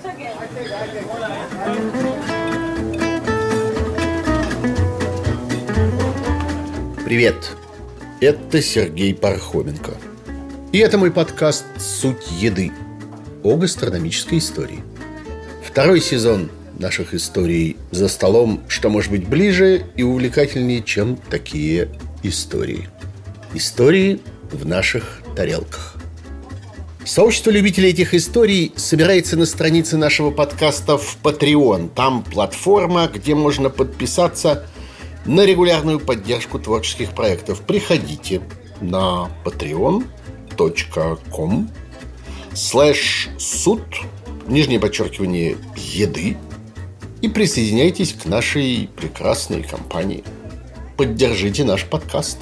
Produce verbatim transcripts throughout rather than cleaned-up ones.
Привет, это Сергей Пархоменко. И это мой подкаст «Суть еды» о гастрономической истории. Второй сезон наших историй за столом, что может быть ближе и увлекательнее, чем такие истории. Истории в наших тарелках. Сообщество любителей этих историй собирается на странице нашего подкаста в Patreon. Там платформа, где можно подписаться на регулярную поддержку творческих проектов. Приходите на patreon.com слэш суд, нижнее подчеркивание, еды, и присоединяйтесь к нашей прекрасной компании. Поддержите наш подкаст.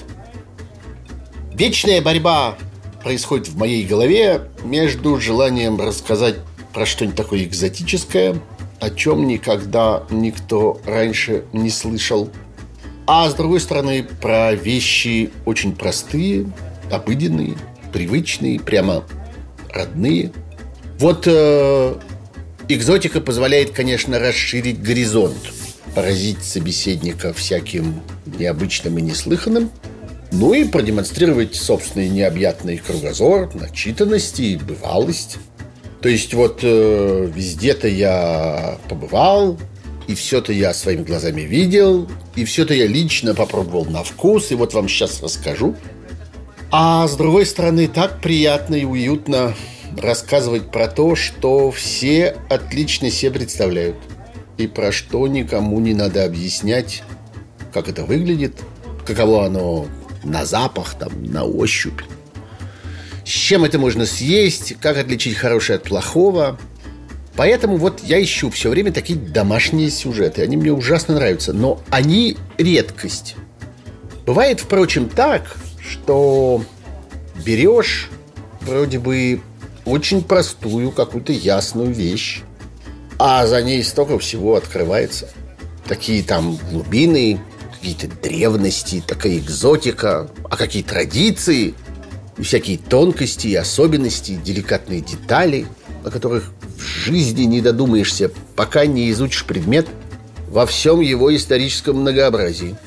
Вечная борьба происходит в моей голове между желанием рассказать про что-нибудь такое экзотическое, о чем никогда никто раньше не слышал, а с другой стороны, про вещи очень простые, обыденные, привычные, прямо родные. Вот э, экзотика позволяет, конечно, расширить горизонт, поразить собеседника всяким необычным и неслыханным, ну и продемонстрировать собственный необъятный кругозор, начитанность и бывалость. То есть вот э, везде-то я побывал, и все-то я своими глазами видел, и все-то я лично попробовал на вкус, и вот вам сейчас расскажу. А с другой стороны, так приятно и уютно рассказывать про то, что все отлично себе представляют, и про что никому не надо объяснять, как это выглядит, каково оно на запах, там, на ощупь, с чем это можно съесть, как отличить хорошее от плохого. Поэтому вот я ищу все время такие домашние сюжеты. Они мне ужасно нравятся, но они редкость. Бывает, впрочем, так, что берешь вроде бы очень простую, какую-то ясную вещь, а за ней столько всего открывается. Такие там глубины, какие-то древности, такая экзотика, а какие традиции, и всякие тонкости и особенности, деликатные детали, о которых в жизни не додумаешься, пока не изучишь предмет во всем его историческом многообразии.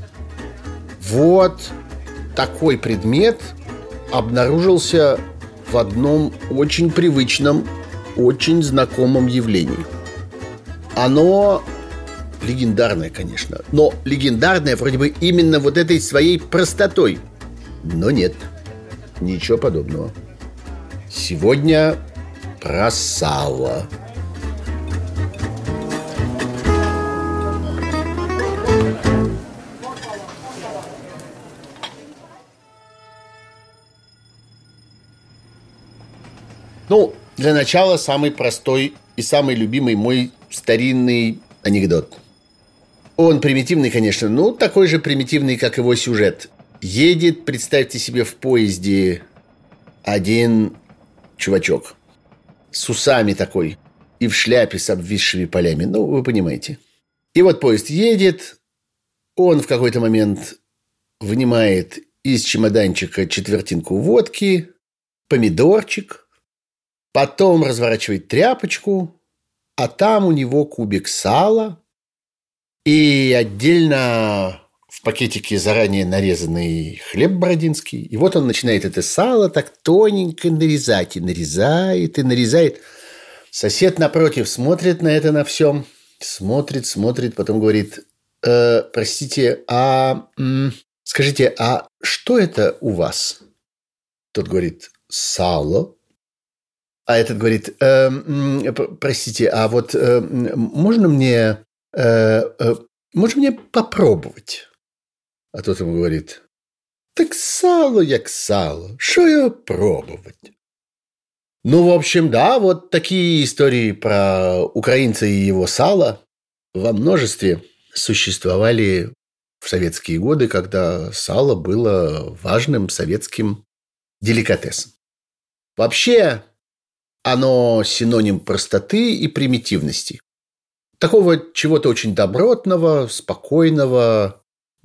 Вот такой предмет обнаружился в одном очень привычном, очень знакомом явлении. Оно легендарное, конечно, но легендарное вроде бы именно вот этой своей простотой. Но нет, ничего подобного. Сегодня про сало. Ну, для начала самый простой и самый любимый мой старинный анекдот. Он примитивный, конечно, но такой же примитивный, как его сюжет. Едет, представьте себе, в поезде один чувачок с усами такой и в шляпе с обвисшими полями. Ну, вы понимаете. И вот поезд едет, он в какой-то момент вынимает из чемоданчика четвертинку водки, помидорчик, потом разворачивает тряпочку, а там у него кубик сала и отдельно в пакетике заранее нарезанный хлеб бородинский. И вот он начинает это сало так тоненько нарезать. И нарезает, и нарезает. Сосед напротив смотрит на это на всем. Смотрит, смотрит, потом говорит: э, простите, а м, скажите, а что это у вас? Тот говорит: сало. А этот говорит: э, м, простите, а вот э, можно мне, э, э, можно мне попробовать? А тот ему говорит: так сало як сало, что я пробовать? Ну, в общем, да, вот такие истории про украинца и его сало во множестве существовали в советские годы, когда сало было важным советским деликатесом. Вообще, оно синоним простоты и примитивности. Такого чего-то очень добротного, спокойного,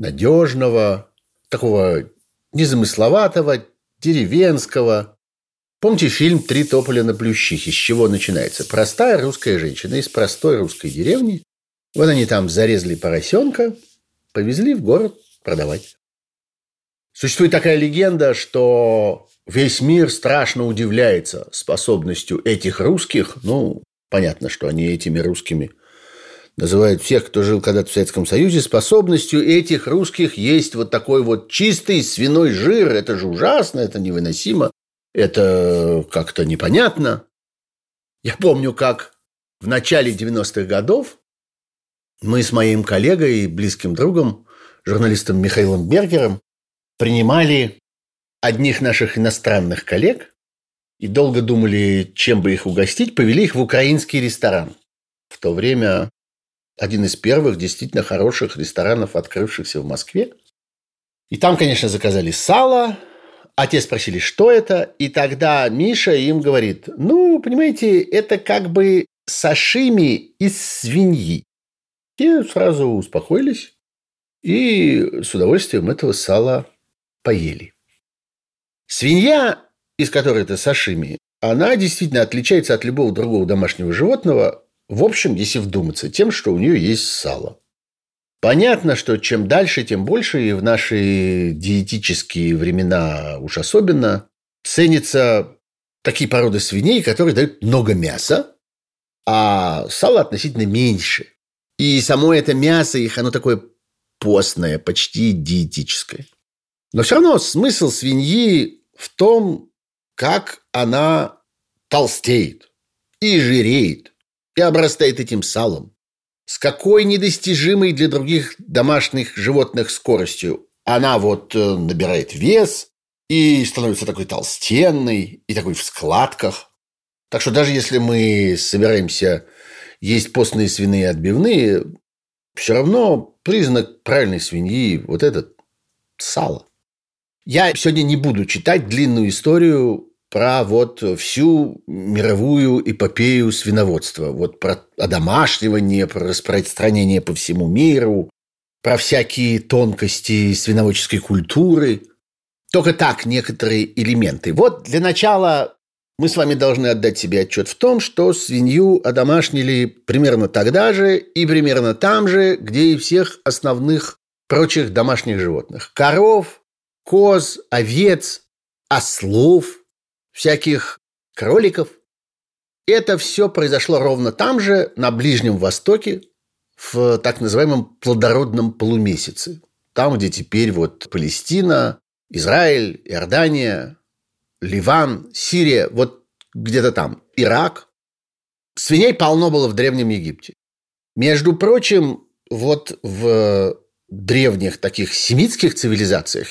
надежного, такого незамысловатого, деревенского. Помните фильм «Три тополя на Плющихе»? С чего начинается? Простая русская женщина из простой русской деревни. Вот они там зарезали поросенка, повезли в город продавать. Существует такая легенда, что весь мир страшно удивляется способностью этих русских. Ну, понятно, что они этими русскими называют всех, кто жил когда-то в Советском Союзе. Способностью этих русских есть вот такой вот чистый свиной жир. Это же ужасно, это невыносимо, это как-то непонятно. Я помню, как в начале девяностых годов мы с моим коллегой и близким другом, журналистом Михаилом Бергером, принимали одних наших иностранных коллег и долго думали, чем бы их угостить, повели их в украинский ресторан. В то время один из первых действительно хороших ресторанов, открывшихся в Москве. И там, конечно, заказали сало, а те спросили, что это, и тогда Миша им говорит: ну, понимаете, это как бы сашими из свиньи. Те сразу успокоились и с удовольствием этого сала поели. Свинья, из которой это сашими, она действительно отличается от любого другого домашнего животного, в общем, если вдуматься, тем, что у нее есть сало. Понятно, что чем дальше, тем больше, и в наши диетические времена уж особенно, ценятся такие породы свиней, которые дают много мяса, а сало относительно меньше. И само это мясо их, оно такое постное, почти диетическое. Но все равно смысл свиньи в том, как она толстеет и жиреет, и обрастает этим салом. С какой недостижимой для других домашних животных скоростью она вот набирает вес и становится такой толстенной и такой в складках. Так что даже если мы собираемся есть постные свиные отбивные, все равно признак правильной свиньи вот этот сало. Я сегодня не буду читать длинную историю про вот всю мировую эпопею свиноводства. Вот про одомашнивание, про распространение по всему миру, про всякие тонкости свиноводческой культуры. Только так некоторые элементы. Вот для начала мы с вами должны отдать себе отчет в том, что свинью одомашнили примерно тогда же и примерно там же, где и всех основных прочих домашних животных. Коров, коз, овец, ослов, всяких кроликов. Это все произошло ровно там же, на Ближнем Востоке, в так называемом плодородном полумесяце. Там, где теперь вот Палестина, Израиль, Иордания, Ливан, Сирия, вот где-то там, Ирак. Свиней полно было в Древнем Египте. Между прочим, вот в древних таких семитских цивилизациях,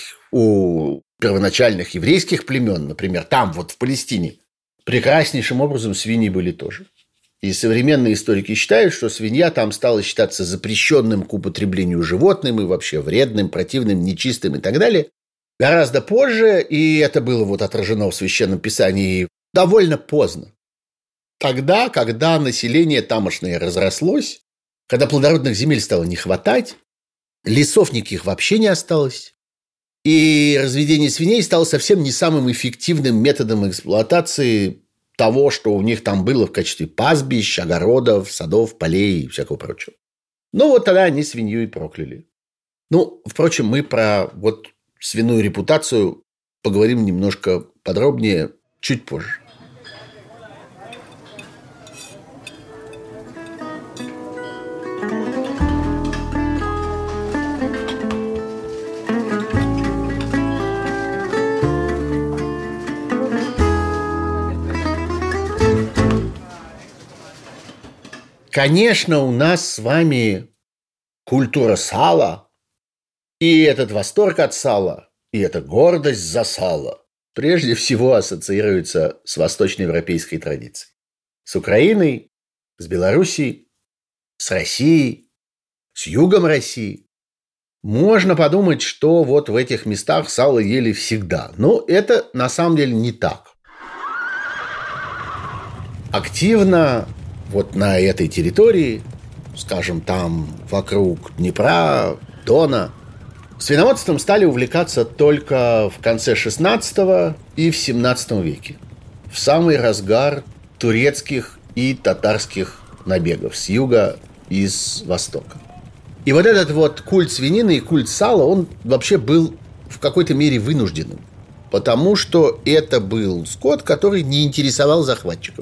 у первоначальных еврейских племен, например, там вот в Палестине, прекраснейшим образом свиньи были тоже. И современные историки считают, что свинья там стала считаться запрещенным к употреблению животным и вообще вредным, противным, нечистым и так далее гораздо позже, и это было вот отражено в Священном Писании довольно поздно. Тогда, когда население тамошнее разрослось, когда плодородных земель стало не хватать, лесов никаких вообще не осталось, и разведение свиней стало совсем не самым эффективным методом эксплуатации того, что у них там было в качестве пастбищ, огородов, садов, полей и всякого прочего. Ну, вот тогда они свинью и прокляли. Ну, впрочем, мы про вот свиную репутацию поговорим немножко подробнее чуть позже. Конечно, у нас с вами культура сала, и этот восторг от сала, и эта гордость за сало прежде всего ассоциируется с восточноевропейской традицией. С Украиной, с Белоруссией, с Россией, с югом России. Можно подумать, что вот в этих местах сало ели всегда. Но это на самом деле не так. Активно вот на этой территории, скажем, там вокруг Днепра, Дона, свиноводством стали увлекаться только в конце шестнадцатого и в семнадцатом веке. в самый разгар турецких и татарских набегов с юга и с востока. И вот этот вот культ свинины и культ сала, он вообще был в какой-то мере вынужденным, потому что это был скот, который не интересовал захватчиков.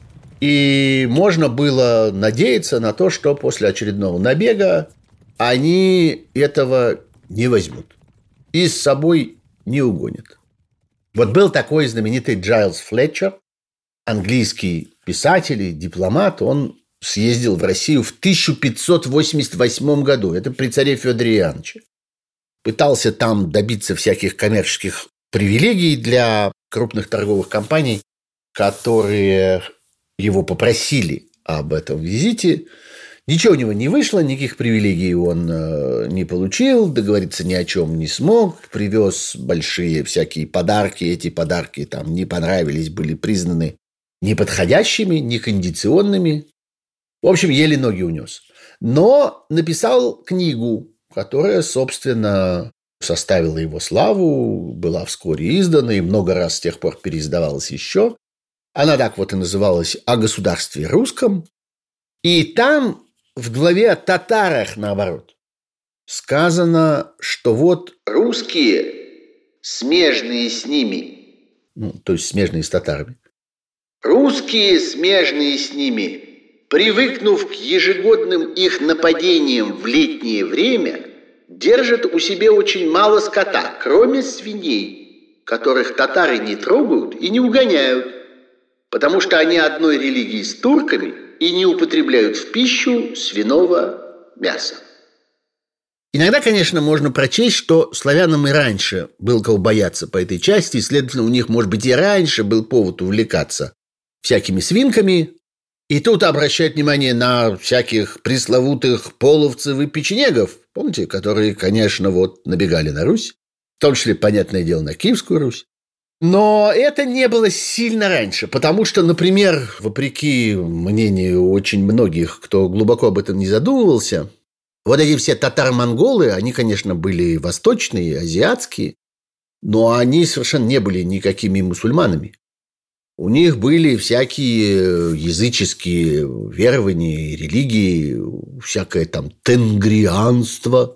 И можно было надеяться на то, что после очередного набега они этого не возьмут и с собой не угонят. Вот был такой знаменитый Джайлз Флетчер, английский писатель и дипломат. Он съездил в Россию в тысяча пятьсот восемьдесят восьмом году. Это при царе Федоре Иоанновиче. Пытался там добиться всяких коммерческих привилегий для крупных торговых компаний, которые его попросили об этом визите. Ничего у него не вышло, никаких привилегий он э, не получил, договориться ни о чем не смог, привез большие всякие подарки, эти подарки там не понравились, были признаны неподходящими, некондиционными. В общем, еле ноги унес. Но написал книгу, которая, собственно, составила его славу, была вскоре издана и много раз с тех пор переиздавалась еще. Она так вот и называлась «О государстве русском». И там в главе о татарах, наоборот, сказано, что вот русские, смежные с ними, ну, то есть смежные с татарами, русские, смежные с ними, привыкнув к ежегодным их нападениям в летнее время, держат у себя очень мало скота, кроме свиней, которых татары не трогают и не угоняют, потому что они одной религии с турками и не употребляют в пищу свиного мяса. Иногда, конечно, можно прочесть, что славянам и раньше было кого бояться по этой части, и, следовательно, у них, может быть, и раньше был повод увлекаться всякими свинками. И тут обращать внимание на всяких пресловутых половцев и печенегов, помните, которые, конечно, вот набегали на Русь, в том числе, понятное дело, на Киевскую Русь. Но это не было сильно раньше, потому что, например, вопреки мнению очень многих, кто глубоко об этом не задумывался, вот эти все татаро-монголы, они, конечно, были восточные, азиатские, но они совершенно не были никакими мусульманами. У них были всякие языческие верования, религии, всякое там тенгрианство.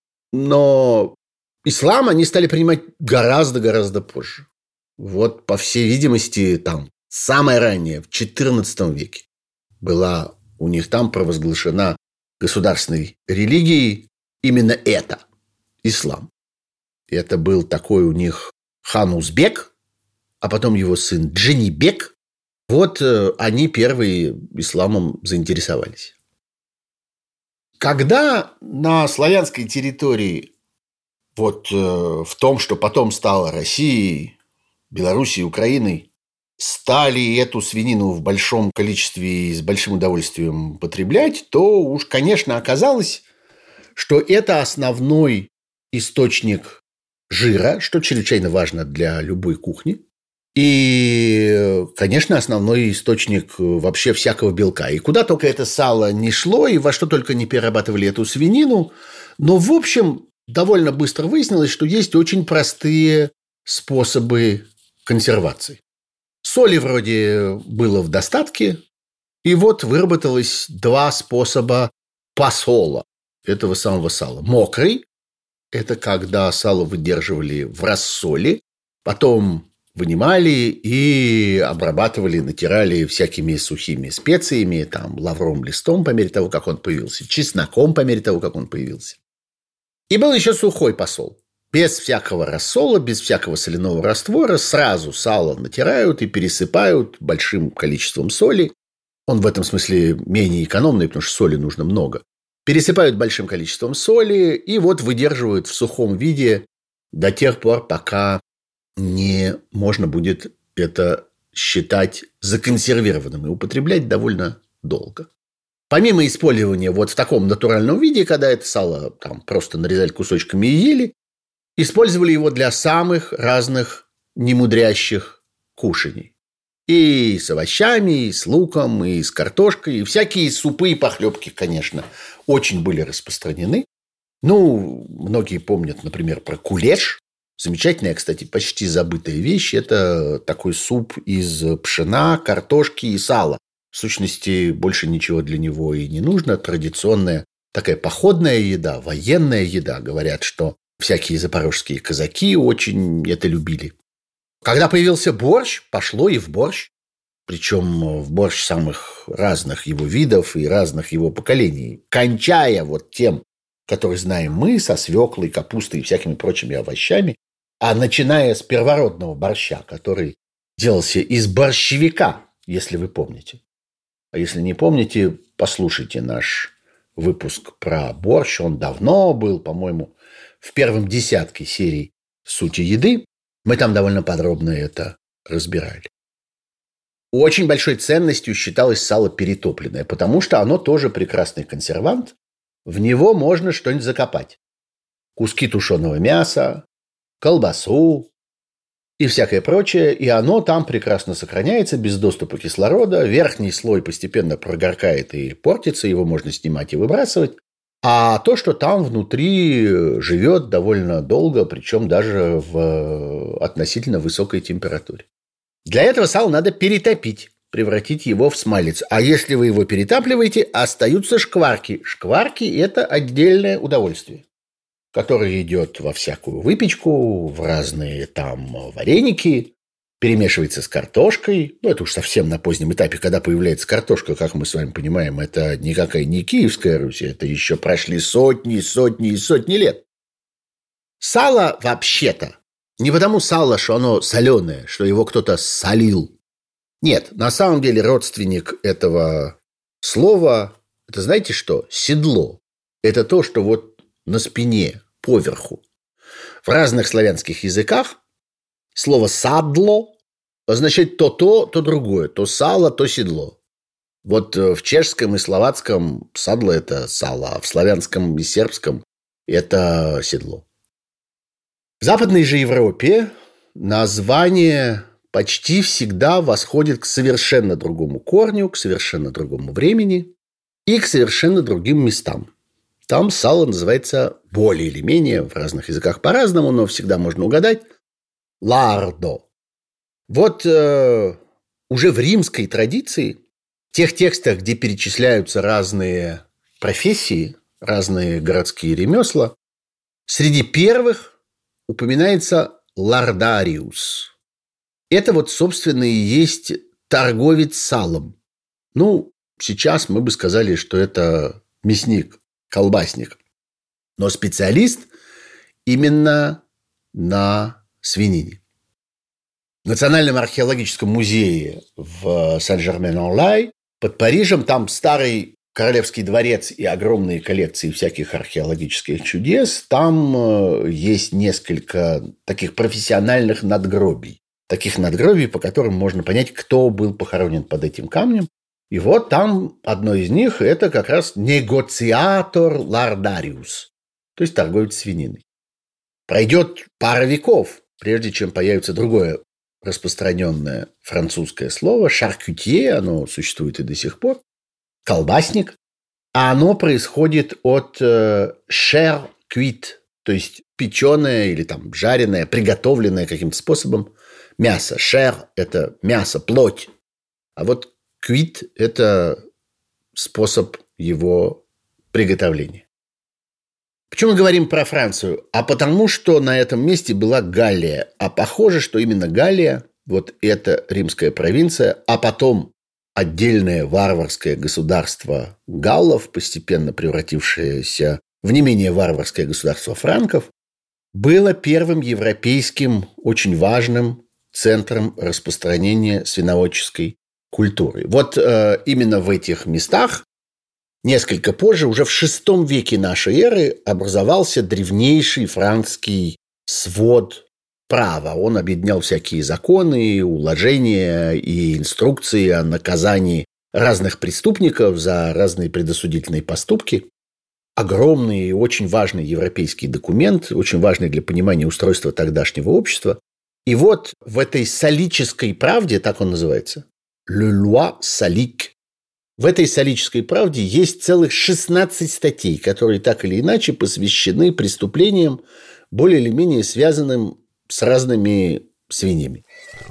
Но ислам они стали принимать гораздо-гораздо позже. Вот, по всей видимости, там самое раннее, в четырнадцатом веке, была у них там провозглашена государственной религией именно это – ислам. Это был такой у них хан Узбек, а потом его сын Джанибек. Вот они первые исламом заинтересовались. Когда на славянской территории, вот в том, что потом стало Россией, Белоруссией, Украиной, стали эту свинину в большом количестве и с большим удовольствием потреблять, то уж, конечно, оказалось, что это основной источник жира, что чрезвычайно важно для любой кухни. И, конечно, основной источник вообще всякого белка. И куда только это сало не шло, и во что только не перерабатывали эту свинину. Но, в общем, довольно быстро выяснилось, что есть очень простые способы консервации. Соли вроде было в достатке, и вот выработалось два способа посола этого самого сала. Мокрый – это когда сало выдерживали в рассоле, потом вынимали и обрабатывали, натирали всякими сухими специями, там, лавровым листом по мере того, как он появился, чесноком по мере того, как он появился. И был еще сухой посол. Без всякого рассола, без всякого соляного раствора сразу сало натирают и пересыпают большим количеством соли. Он в этом смысле менее экономный, потому что соли нужно много. Пересыпают большим количеством соли и вот выдерживают в сухом виде до тех пор, пока не можно будет это считать законсервированным и употреблять довольно долго. Помимо использования вот в таком натуральном виде, когда это сало там просто нарезали кусочками и ели, использовали его для самых разных немудрящих кушаний. И с овощами, и с луком, и с картошкой, и всякие супы и похлебки, конечно, очень были распространены. Ну, многие помнят, например, про кулеш. Замечательная, кстати, почти забытая вещь – это такой суп из пшена, картошки и сала. В сущности, больше ничего для него и не нужно. Традиционная такая походная еда, военная еда. Говорят, что всякие запорожские казаки очень это любили. Когда появился борщ, пошло и в борщ. Причем в борщ самых разных его видов и разных его поколений. Кончая вот тем, который знаем мы, со свеклой, капустой и всякими прочими овощами, а начиная с первородного борща, который делался из борщевика, если вы помните. А если не помните, послушайте наш выпуск про борщ. Он давно был, по-моему, в первом десятке серий «Сути еды». Мы там довольно подробно это разбирали. Очень большой ценностью считалось сало перетопленное, потому что оно тоже прекрасный консервант. В него можно что-нибудь закопать. Куски тушеного мяса, колбасу и всякое прочее. И оно там прекрасно сохраняется без доступа кислорода. Верхний слой постепенно прогоркает и портится. Его можно снимать и выбрасывать. А то, что там внутри живет довольно долго, причем даже в относительно высокой температуре. Для этого сало надо перетопить, превратить его в смалец. А если вы его перетапливаете, остаются шкварки. Шкварки – это отдельное удовольствие, которое идет во всякую выпечку, в разные там вареники, перемешивается с картошкой. Ну, это уж совсем на позднем этапе, когда появляется картошка, как мы с вами понимаем, это никакая не Киевская Русь, это еще прошли сотни, сотни и сотни лет. Сало вообще-то не потому сало, что оно соленое, что его кто-то солил. Нет, на самом деле родственник этого слова, это знаете что? Седло. Это то, что вот на спине, поверху. В разных славянских языках слово «садло» означает то то, то другое. То сало, то седло. Вот в чешском и словацком садло – это сало, а в славянском и сербском – это седло. В Западной же Европе название почти всегда восходит к совершенно другому корню, к совершенно другому времени и к совершенно другим местам. Там сало называется более или менее, в разных языках по-разному, но всегда можно угадать, лардо. Вот э, уже в римской традиции, в тех текстах, где перечисляются разные профессии, разные городские ремесла, среди первых упоминается лардариус. Это вот, собственно, и есть торговец салом. Ну, сейчас мы бы сказали, что это мясник, колбасник. Но специалист именно на свинине. В Национальном археологическом музее в Сен-Жермен-ен-Лай под Парижем там старый Королевский дворец и огромные коллекции всяких археологических чудес. Там есть несколько таких профессиональных надгробий. Таких надгробий, по которым можно понять, кто был похоронен под этим камнем. И вот там одно из них – это как раз негоциатор лардариус, то есть торговец свининой. Пройдет пара веков, прежде чем появится другое распространенное французское слово – шаркютье, оно существует и до сих пор. Колбасник, а оно происходит от э, chair cuite, то есть печеное или там жареное, приготовленное каким-то способом мясо. Chair – это мясо, плоть, а вот cuite – это способ его приготовления. Почему мы говорим про Францию? А потому что на этом месте была Галлия, а похоже, что именно Галлия, вот эта римская провинция, а потом отдельное варварское государство галлов, постепенно превратившееся в не менее варварское государство франков, было первым европейским очень важным центром распространения свиноводческой культуры. Вот э, именно в этих местах несколько позже, уже в шестом веке нашей эры, образовался древнейший франкский свод права. Он объединял всякие законы, уложения и инструкции о наказании разных преступников за разные предосудительные поступки. Огромный и очень важный европейский документ, очень важный для понимания устройства тогдашнего общества. И вот в этой салической правде, так он называется, «Le loi salique», в этой салической правде есть целых шестнадцать статей, которые так или иначе посвящены преступлениям, более или менее связанным с разными свиньями.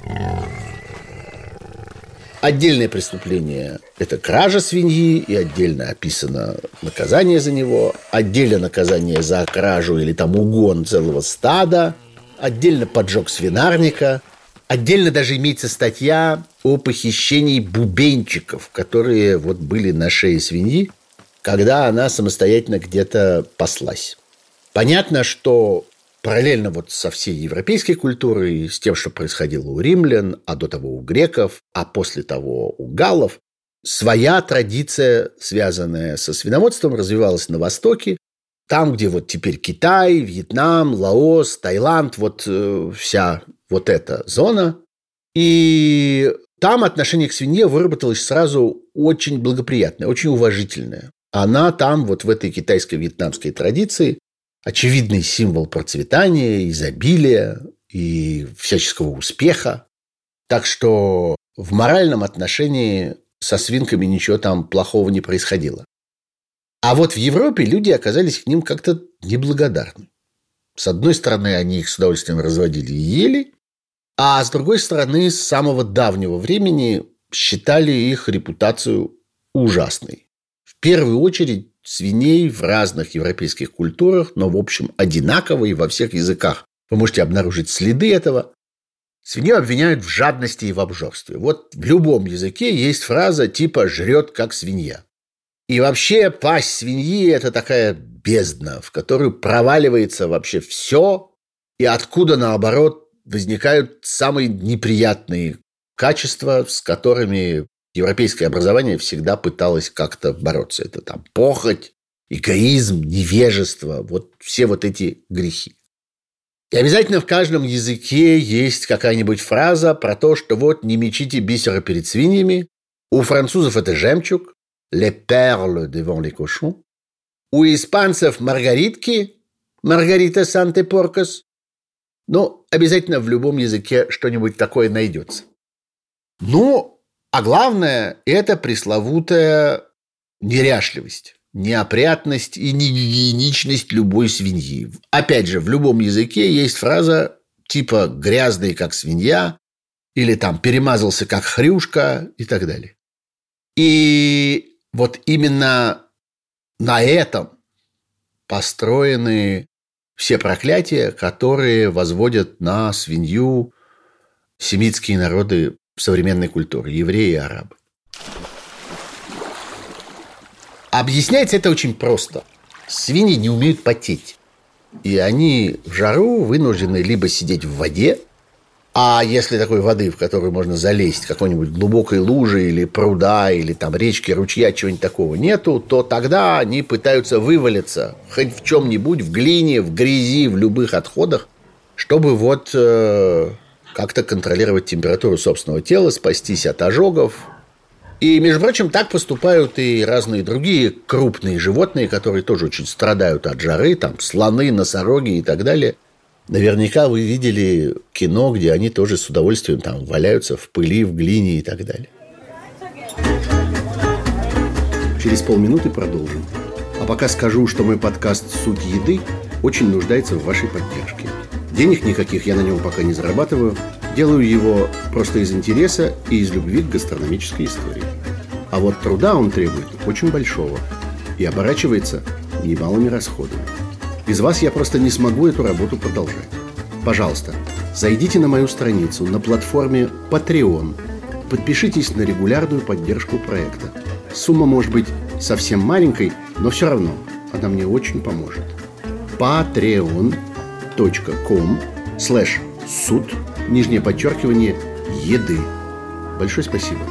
Отдельное преступление – это кража свиньи, и отдельно описано наказание за него. Отдельно наказание за кражу или там угон целого стада. Отдельно поджог свинарника. Отдельно даже имеется статья о похищении бубенчиков, которые вот были на шее свиньи, когда она самостоятельно где-то паслась. Понятно, что параллельно вот со всей европейской культурой, с тем, что происходило у римлян, а до того у греков, а после того у галлов, своя традиция, связанная со свиноводством, развивалась на Востоке. Там, где вот теперь Китай, Вьетнам, Лаос, Таиланд, вот э, вся вот эта зона. И там отношение к свинье выработалось сразу очень благоприятное, очень уважительное. Она там, вот в этой китайско-вьетнамской традиции, очевидный символ процветания, изобилия и всяческого успеха. Так что в моральном отношении со свинками ничего там плохого не происходило. А вот в Европе люди оказались к ним как-то неблагодарны. С одной стороны, они их с удовольствием разводили и ели, а с другой стороны, с самого давнего времени считали их репутацию ужасной. В первую очередь, свиней в разных европейских культурах, но, в общем, одинаково и во всех языках. Вы можете обнаружить следы этого. Свинью обвиняют в жадности и в обжорстве. Вот в любом языке есть фраза типа «жрет как свинья». И вообще пасть свиньи – это такая бездна, в которую проваливается вообще все, и откуда, наоборот, возникают самые неприятные качества, с которыми европейское образование всегда пыталось как-то бороться. Это там похоть, эгоизм, невежество, вот все вот эти грехи. И обязательно в каждом языке есть какая-нибудь фраза про то, что вот не мечите бисера перед свиньями. У французов это жемчуг, les perles devant les cochons. У испанцев маргаритки, Маргарита Санте-Поркос. Ну, обязательно в любом языке что-нибудь такое найдется. Ну, а главное – это пресловутая неряшливость, неопрятность и негигиеничность любой свиньи. Опять же, в любом языке есть фраза типа «грязный, как свинья» или там «перемазался, как хрюшка» и так далее. И вот именно на этом построены все проклятия, которые возводят на свинью семитские народы современной культуры, евреи и арабы. Объясняется это очень просто. Свиньи не умеют потеть. И они в жару вынуждены либо сидеть в воде, а если такой воды, в которую можно залезть, какой-нибудь глубокой лужи или пруда, или там речки, ручья, чего-нибудь такого нету, то тогда они пытаются вывалиться хоть в чем-нибудь, в глине, в грязи, в любых отходах, чтобы вот э, как-то контролировать температуру собственного тела, спастись от ожогов. И, между прочим, так поступают и разные другие крупные животные, которые тоже очень страдают от жары, там слоны, носороги и так далее. Наверняка вы видели кино, где они тоже с удовольствием там валяются в пыли, в глине и так далее. Через полминуты продолжим. А пока скажу, что мой подкаст «Суть еды» очень нуждается в вашей поддержке. Денег никаких я на нем пока не зарабатываю. Делаю его просто из интереса и из любви к гастрономической истории. А вот труда он требует очень большого и оборачивается немалыми расходами. Без вас я просто не смогу эту работу продолжать. Пожалуйста, зайдите на мою страницу на платформе Patreon. Подпишитесь на регулярную поддержку проекта. Сумма может быть совсем маленькой, но все равно она мне очень поможет. patreon.com слэш суд, нижнее подчеркивание, еды. Большое спасибо.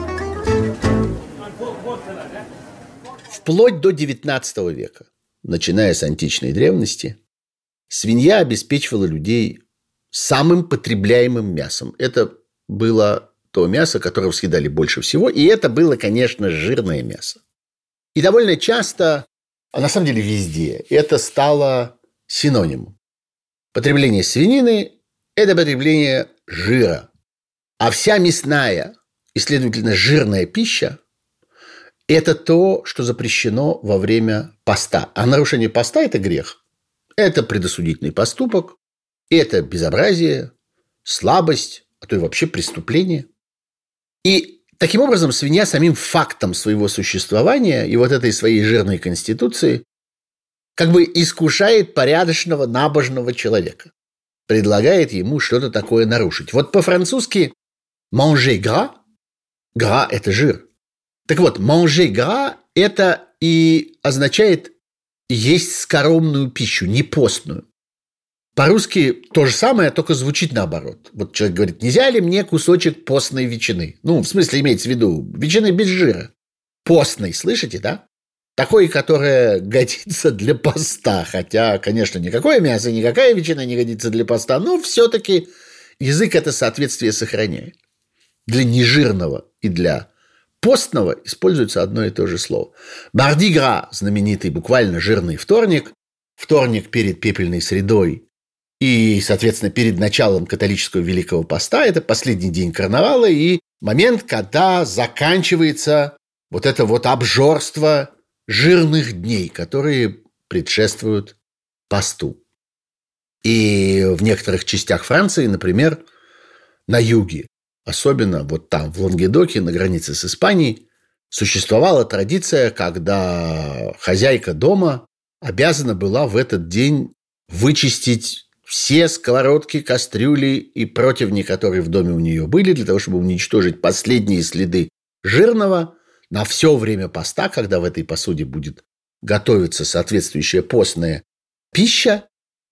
Вплоть до девятнадцатого века, начиная с античной древности, свинья обеспечивала людей самым потребляемым мясом. Это было то мясо, которого съедали больше всего, и это было, конечно, жирное мясо. И довольно часто, а на самом деле везде, это стало синонимом. Потребление свинины – это потребление жира. А вся мясная и, следовательно, жирная пища – это то, что запрещено во время поста. А нарушение поста – это грех. Это предосудительный поступок, это безобразие, слабость, а то и вообще преступление. И таким образом свинья самим фактом своего существования и вот этой своей жирной конституции как бы искушает порядочного, набожного человека, предлагает ему что-то такое нарушить. Вот по-французски «manger gras» – «gras» – это жир. Так вот, «manger gras» – это и означает есть скоромную пищу, не постную. По-русски то же самое, только звучит наоборот. Вот человек говорит: нельзя ли мне кусочек постной ветчины? Ну, в смысле, имеется в виду ветчины без жира. Постной, слышите, да? Такой, которая годится для поста. Хотя, конечно, никакое мясо, никакая ветчина не годится для поста, но все-таки язык это соответствие сохраняет. Для нежирного и для постного используется одно и то же слово. Марди гра, знаменитый буквально жирный вторник, вторник перед пепельной средой и, соответственно, перед началом католического Великого Поста, это последний день карнавала и момент, когда заканчивается вот это вот обжорство жирных дней, которые предшествуют посту. И в некоторых частях Франции, например, на юге, особенно вот там, в Лангедоке, на границе с Испанией, существовала традиция, когда хозяйка дома обязана была в этот день вычистить все сковородки, кастрюли и противни, которые в доме у нее были, для того, чтобы уничтожить последние следы жирного на все время поста, когда в этой посуде будет готовиться соответствующая постная пища.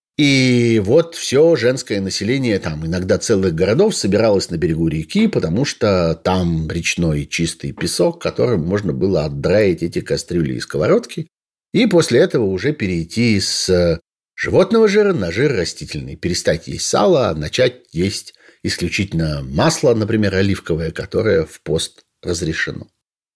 И вот все женское население, там иногда целых городов, собиралось на берегу реки, потому что там речной чистый песок, которым можно было отдраить эти кастрюли и сковородки, и после этого уже перейти с животного жира на жир растительный, перестать есть сало, а начать есть исключительно масло, например, оливковое, которое в пост разрешено.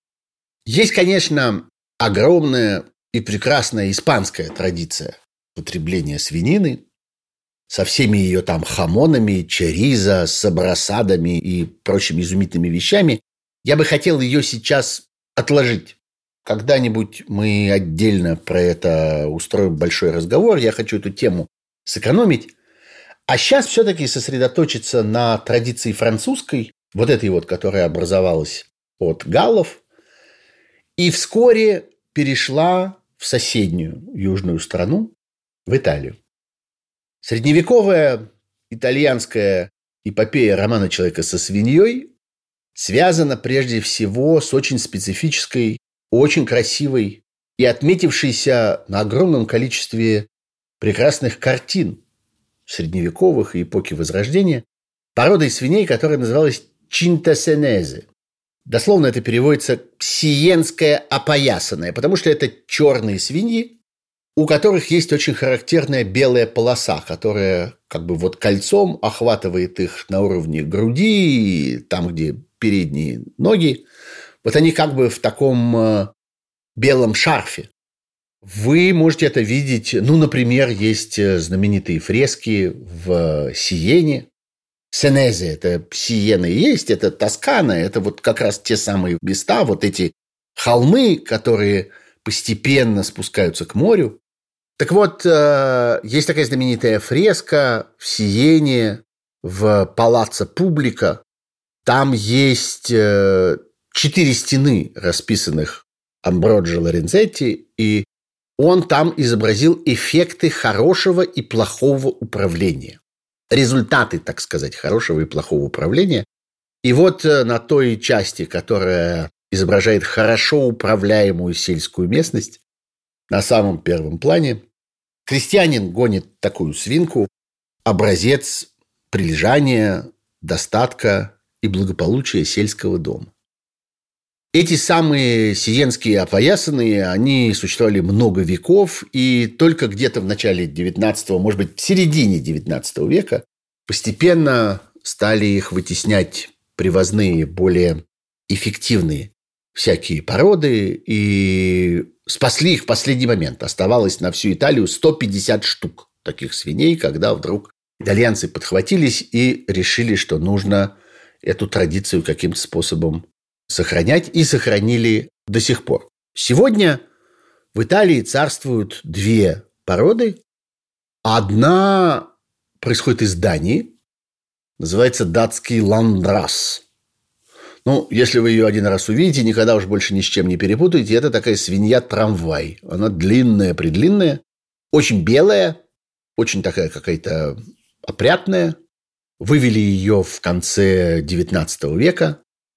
Есть, конечно, огромная и прекрасная испанская традиция потребления свинины со всеми ее там хамонами, чоризо, сабрасадами и прочими изумительными вещами. Я бы хотел ее сейчас отложить. Когда-нибудь мы отдельно про это устроим большой разговор. Я хочу эту тему сэкономить. А сейчас все-таки сосредоточиться на традиции французской, вот этой вот, которая образовалась от галлов, и вскоре перешла в соседнюю южную страну, в Италию. Средневековая итальянская эпопея романа «Человека со свиньей» связана прежде всего с очень специфической, очень красивой и отметившейся на огромном количестве прекрасных картин средневековых и эпохи Возрождения породой свиней, которая называлась чинтасенезе. Дословно это переводится «сиенская опоясанная», потому что это черные свиньи, у которых есть очень характерная белая полоса, которая как бы вот кольцом охватывает их на уровне груди, там, где передние ноги. Вот они как бы в таком белом шарфе. Вы можете это видеть, ну, например, есть знаменитые фрески в Сиене. Сенезе – это Сиена и есть, это Тоскана, это вот как раз те самые места, вот эти холмы, которые постепенно спускаются к морю. Так вот, есть такая знаменитая фреска в Сиене, в Палаццо Публика. Там есть четыре стены, расписанных Амброджо Лоренцетти, и он там изобразил эффекты хорошего и плохого управления. Результаты, так сказать, хорошего и плохого управления. И вот на той части, которая изображает хорошо управляемую сельскую местность, на самом первом плане крестьянин гонит такую свинку, образец прилежания, достатка и благополучия сельского дома. Эти самые сиенские опоясанные, они существовали много веков, и только где-то в начале девятнадцатого, может быть, в середине девятнадцатого века постепенно стали их вытеснять привозные, более эффективные всякие породы, и спасли их в последний момент. Оставалось на всю Италию сто пятьдесят штук таких свиней, когда вдруг итальянцы подхватились и решили, что нужно эту традицию каким-то способом сохранять, и сохранили до сих пор. Сегодня в Италии царствуют две породы. Одна происходит из Дании. Называется датский ландрас. Ну, если вы ее один раз увидите, никогда уж больше ни с чем не перепутаете. Это такая свинья-трамвай. Она длинная-предлинная, очень белая, очень такая какая-то опрятная. Вывели ее в конце девятнадцатого века.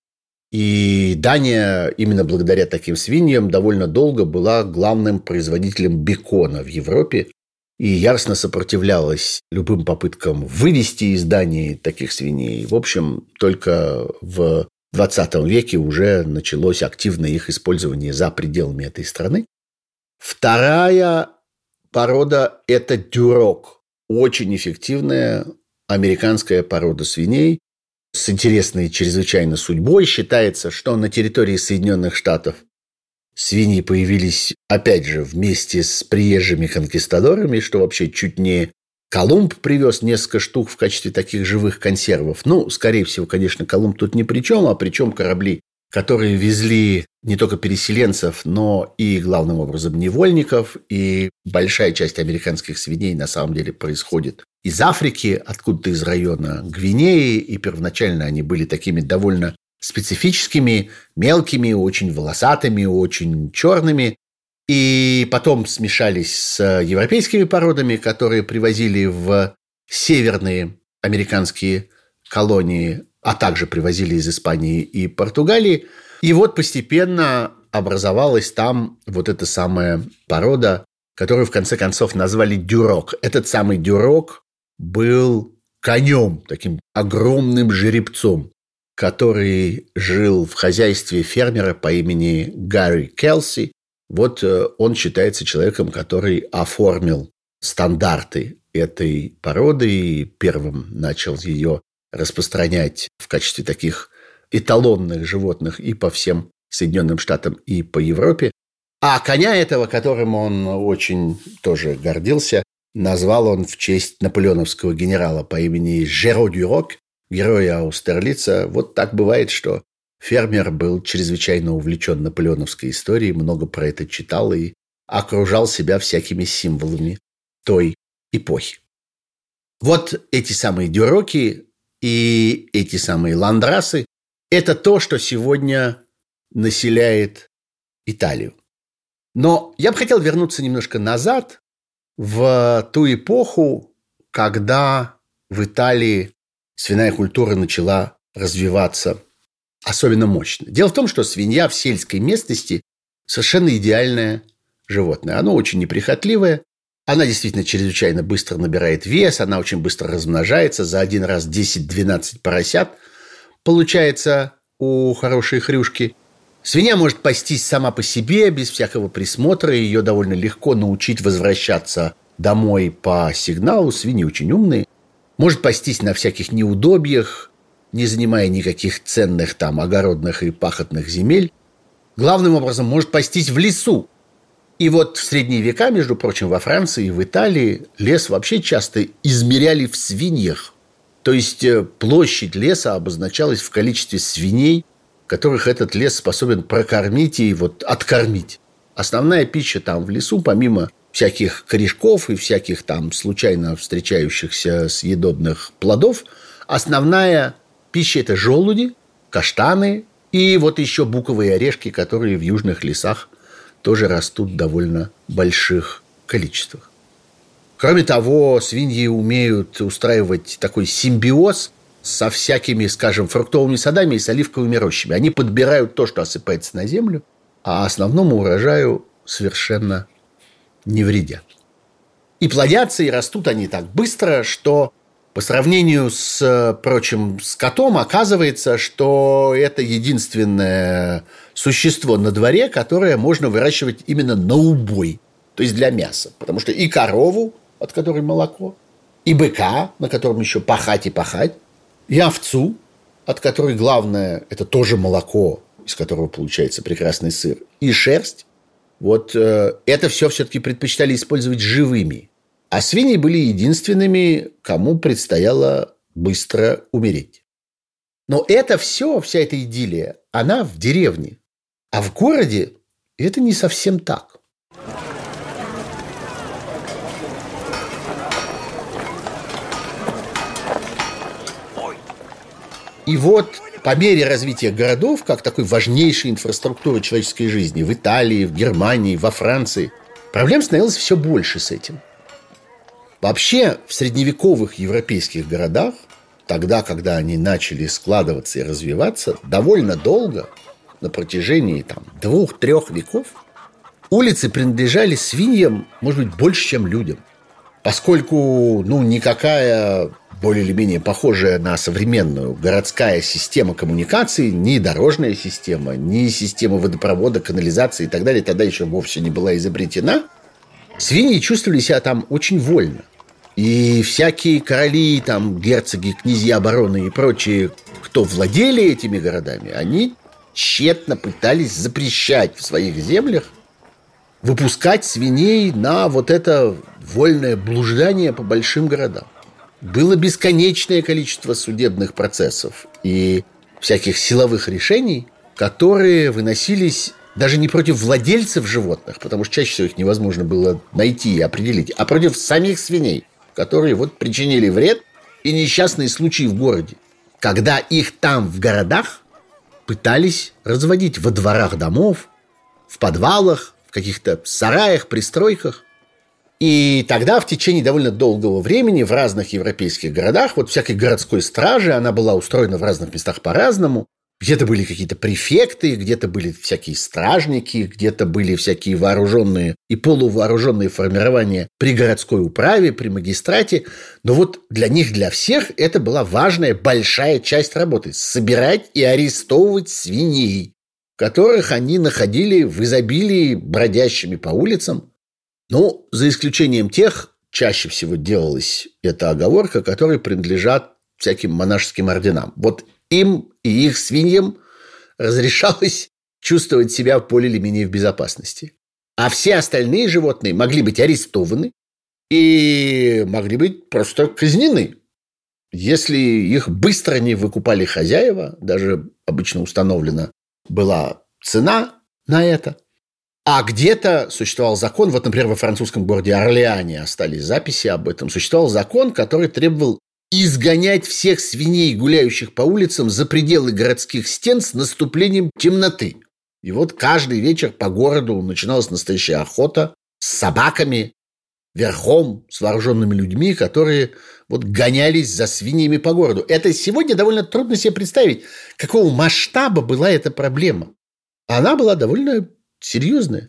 И Дания именно благодаря таким свиньям довольно долго была главным производителем бекона в Европе и яростно сопротивлялась любым попыткам вывести из Дании таких свиней. В общем, только в двадцатом веке уже началось активное их использование за пределами этой страны. Вторая порода – это дюрок. Очень эффективная американская порода свиней с интересной чрезвычайно судьбой. Считается, что на территории Соединенных Штатов свиньи появились, опять же, вместе с приезжими конкистадорами, что вообще чуть не Колумб привез несколько штук в качестве таких живых консервов. Ну, скорее всего, конечно, Колумб тут ни при чем, а при чем корабли, которые везли не только переселенцев, но и, главным образом, невольников. И большая часть американских свиней на самом деле происходит из Африки, откуда-то из района Гвинеи. И первоначально они были такими довольно специфическими, мелкими, очень волосатыми, очень черными. И потом смешались с европейскими породами, которые привозили в северные американские колонии, а также привозили из Испании и Португалии. И вот постепенно образовалась там вот эта самая порода, которую в конце концов назвали дюрок. Этот самый дюрок был конем, таким огромным жеребцом, который жил в хозяйстве фермера по имени Гарри Келси. Вот он считается человеком, который оформил стандарты этой породы и первым начал ее распространять в качестве таких эталонных животных и по всем Соединенным Штатам, и по Европе. А коня этого, которым он очень тоже гордился, назвал он в честь наполеоновского генерала по имени Жеро Дюрок, героя Аустерлица. Вот так бывает, что фермер был чрезвычайно увлечен наполеоновской историей, много про это читал и окружал себя всякими символами той эпохи. Вот эти самые дюроки и эти самые ландрасы – это то, что сегодня населяет Италию. Но я бы хотел вернуться немножко назад, в ту эпоху, когда в Италии свиная культура начала развиваться особенно мощно. Дело в том, что свинья в сельской местности совершенно идеальное животное. Оно очень неприхотливое, она действительно чрезвычайно быстро набирает вес, она очень быстро размножается, за один раз десять-двенадцать поросят получается у хорошей хрюшки. Свинья может пастись сама по себе, без всякого присмотра, ее довольно легко научить возвращаться домой по сигналу, свиньи очень умные. Может пастись на всяких неудобьях, не занимая никаких ценных там огородных и пахотных земель. Главным образом может пастись в лесу. И вот в средние века, между прочим, во Франции и в Италии лес вообще часто измеряли в свиньях. То есть площадь леса обозначалась в количестве свиней, которых этот лес способен прокормить и вот откормить. Основная пища там в лесу, помимо всяких корешков и всяких там случайно встречающихся съедобных плодов, основная пища – это желуди, каштаны и вот еще буковые орешки, которые в южных лесах тоже растут в довольно больших количествах. Кроме того, свиньи умеют устраивать такой симбиоз со всякими, скажем, фруктовыми садами и с оливковыми рощами. Они подбирают то, что осыпается на землю, а основному урожаю совершенно не вредят. И плодятся, и растут они так быстро, что по сравнению с прочим скотом оказывается, что это единственное существо на дворе, которое можно выращивать именно на убой, то есть для мяса. Потому что и корову, от которой молоко, и быка, на котором еще пахать и пахать, и овцу, от которой главное – это тоже молоко, из которого получается прекрасный сыр, и шерсть. Вот э, это все все-таки предпочитали использовать живыми. А свиньи были единственными, кому предстояло быстро умереть. Но это все, вся эта идиллия, она в деревне. А в городе это не совсем так. И вот по мере развития городов, как такой важнейшей инфраструктуры человеческой жизни в Италии, в Германии, во Франции, проблем становилось все больше с этим. Вообще, в средневековых европейских городах, тогда, когда они начали складываться и развиваться, довольно долго, на протяжении там, двух-трех веков, улицы принадлежали свиньям, может быть, больше, чем людям. Поскольку ну, никакая более или менее похожая на современную городская система коммуникаций, ни дорожная система, ни система водопровода, канализации и так далее, тогда еще вовсе не была изобретена, свиньи чувствовали себя там очень вольно. И всякие короли, там, герцоги, князья, бароны и прочие, кто владели этими городами, они тщетно пытались запрещать в своих землях выпускать свиней на вот это вольное блуждание по большим городам. Было бесконечное количество судебных процессов и всяких силовых решений, которые выносились даже не против владельцев животных, потому что чаще всего их невозможно было найти и определить, а против самих свиней, которые вот причинили вред, и несчастные случаи в городе, когда их там в городах пытались разводить во дворах домов, в подвалах, в каких-то сараях, пристройках. И тогда в течение довольно долгого времени в разных европейских городах вот всякой городской стражи, она была устроена в разных местах по-разному. Где-то были какие-то префекты, где-то были всякие стражники, где-то были всякие вооруженные и полувооруженные формирования при городской управе, при магистрате. Но вот для них, для всех это была важная большая часть работы – собирать и арестовывать свиней, которых они находили в изобилии бродящими по улицам. Ну, за исключением тех, чаще всего делалась эта оговорка, которые принадлежат всяким монашеским орденам. Вот им и их свиньям разрешалось чувствовать себя более или менее в безопасности. А все остальные животные могли быть арестованы и могли быть просто казнены. Если их быстро не выкупали хозяева, даже обычно установлена была цена на это. А где-то существовал закон, вот, например, во французском городе Орлеане остались записи об этом, существовал закон, который требовал изгонять всех свиней, гуляющих по улицам, за пределы городских стен с наступлением темноты. И вот каждый вечер по городу начиналась настоящая охота с собаками, верхом, с вооруженными людьми, которые вот гонялись за свиньями по городу. Это сегодня довольно трудно себе представить, какого масштаба была эта проблема. Она была довольно серьезная.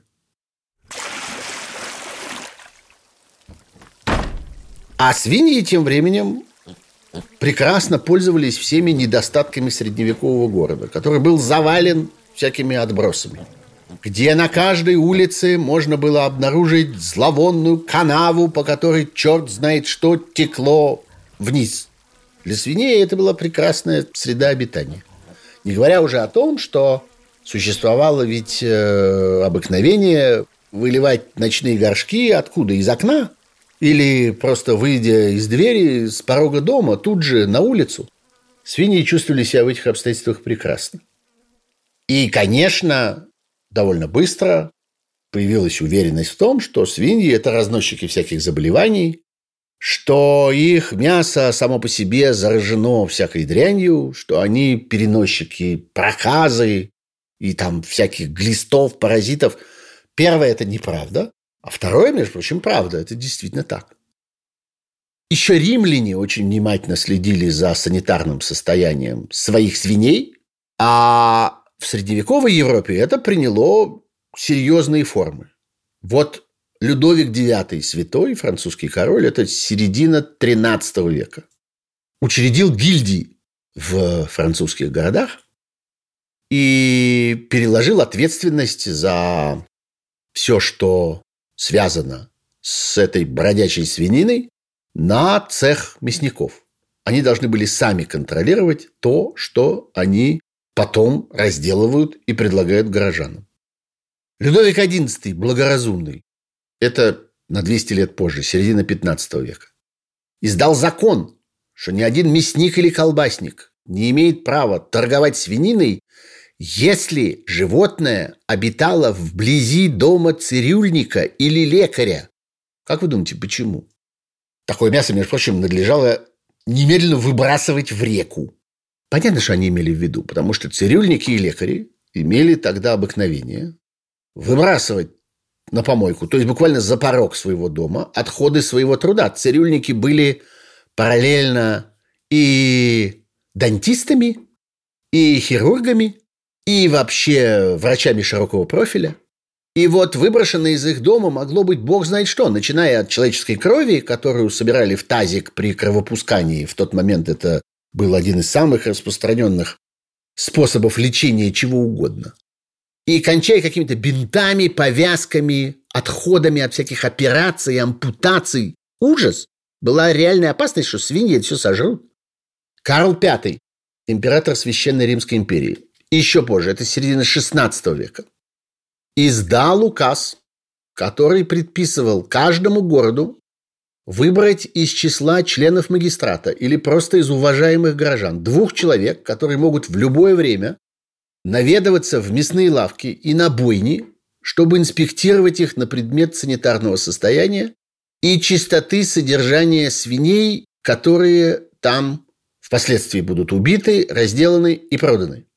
А свиньи тем временем прекрасно пользовались всеми недостатками средневекового города, который был завален всякими отбросами, где на каждой улице можно было обнаружить зловонную канаву, по которой черт знает что текло вниз. Для свиней это была прекрасная среда обитания. Не говоря уже о том, что существовало ведь э, обыкновение выливать ночные горшки откуда? Из окна? Или просто выйдя из двери, с порога дома, тут же на улицу. Свиньи чувствовали себя в этих обстоятельствах прекрасно. И, конечно, довольно быстро появилась уверенность в том, что свиньи – это разносчики всяких заболеваний, что их мясо само по себе заражено всякой дрянью, что они переносчики проказы и там всяких глистов, паразитов. Первое – это неправда. А второе, между прочим, правда. Это действительно так. Еще римляне очень внимательно следили за санитарным состоянием своих свиней, а в средневековой Европе это приняло серьезные формы. Вот Людовик девятый святой, французский король, это середина тринадцатого века, учредил гильдии в французских городах и переложил ответственность за все, что связано с этой бродячей свининой, на цех мясников. Они должны были сами контролировать то, что они потом разделывают и предлагают горожанам. Людовик одиннадцатый, благоразумный, это на двести лет позже, середина пятнадцатого века, издал закон, что ни один мясник или колбасник не имеет права торговать свининой, если животное обитало вблизи дома цирюльника или лекаря. Как вы думаете, почему? Такое мясо, между прочим, надлежало немедленно выбрасывать в реку. Понятно, что они имели в виду, потому что цирюльники и лекари имели тогда обыкновение выбрасывать на помойку, то есть буквально за порог своего дома, отходы своего труда. Цирюльники были параллельно и дантистами, и хирургами, и вообще врачами широкого профиля. И вот выброшенное из их дома могло быть бог знает что, начиная от человеческой крови, которую собирали в тазик при кровопускании. В тот момент это был один из самых распространенных способов лечения чего угодно. И кончая какими-то бинтами, повязками, отходами от всяких операций, ампутаций. Ужас! Была реальная опасность, что свиньи это все сожрут. Карл Пятый, император Священной Римской империи, и еще позже, это середина шестнадцатого века, издал указ, который предписывал каждому городу выбрать из числа членов магистрата или просто из уважаемых горожан двух человек, которые могут в любое время наведываться в мясные лавки и на бойни, чтобы инспектировать их на предмет санитарного состояния и чистоты содержания свиней, которые там впоследствии будут убиты, разделаны и проданы.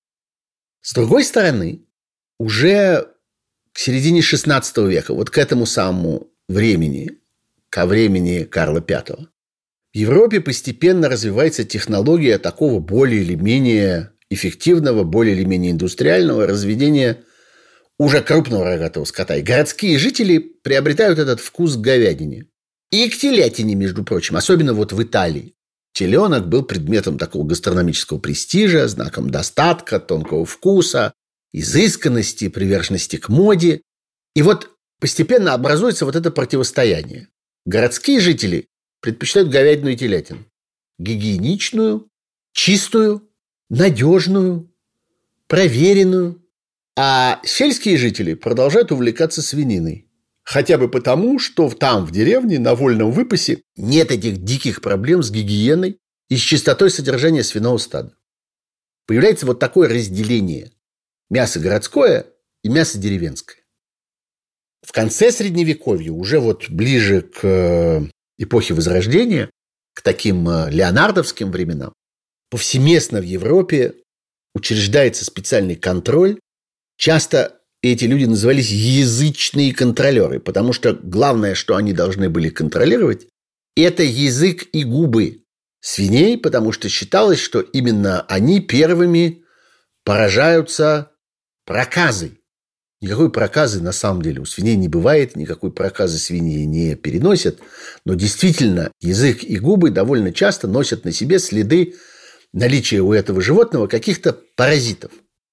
С другой стороны, уже к середине шестнадцатого века, вот к этому самому времени, ко времени Карла Пятого, в Европе постепенно развивается технология такого более или менее эффективного, более или менее индустриального разведения уже крупного рогатого скота. И городские жители приобретают этот вкус к говядине. И к телятине, между прочим, особенно вот в Италии. Теленок был предметом такого гастрономического престижа, знаком достатка, тонкого вкуса, изысканности, приверженности к моде. И вот постепенно образуется вот это противостояние. Городские жители предпочитают говядину и телятину. Гигиеничную, чистую, надежную, проверенную. А сельские жители продолжают увлекаться свининой. Хотя бы потому, что там, в деревне, на вольном выпасе, нет этих диких проблем с гигиеной и с чистотой содержания свиного стада. Появляется вот такое разделение: мясо городское и мясо деревенское. В конце Средневековья, уже вот ближе к эпохе Возрождения, к таким леонардовским временам, повсеместно в Европе учреждается специальный контроль. Часто эти люди назывались язычные контролеры, потому что главное, что они должны были контролировать, это язык и губы свиней, потому что считалось, что именно они первыми поражаются проказой. Никакой проказы на самом деле у свиней не бывает, никакой проказы свиньи не переносят, но действительно язык и губы довольно часто носят на себе следы наличия у этого животного каких-то паразитов.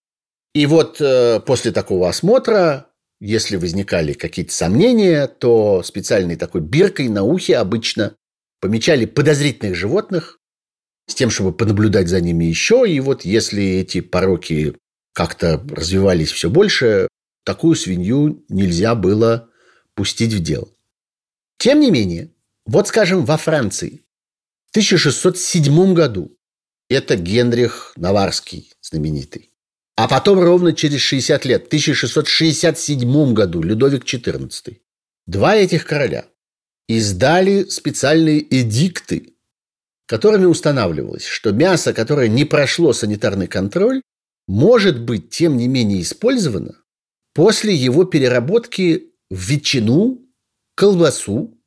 И вот э, после такого осмотра, если возникали какие-то сомнения, то специальной такой биркой на ухе обычно помечали подозрительных животных с тем, чтобы понаблюдать за ними еще. И вот если эти пороки как-то развивались все больше, такую свинью нельзя было пустить в дело. Тем не менее, вот, скажем, во Франции в тысяча шестьсот седьмом году это Генрих Наварский знаменитый. А потом ровно через шестьдесят лет, в тысяча шестьсот шестьдесят седьмом году, Людовик четырнадцатый, два этих короля издали специальные эдикты, которыми устанавливалось, что мясо, которое не прошло санитарный контроль, может быть, тем не менее, использовано после его переработки в ветчину, колбасу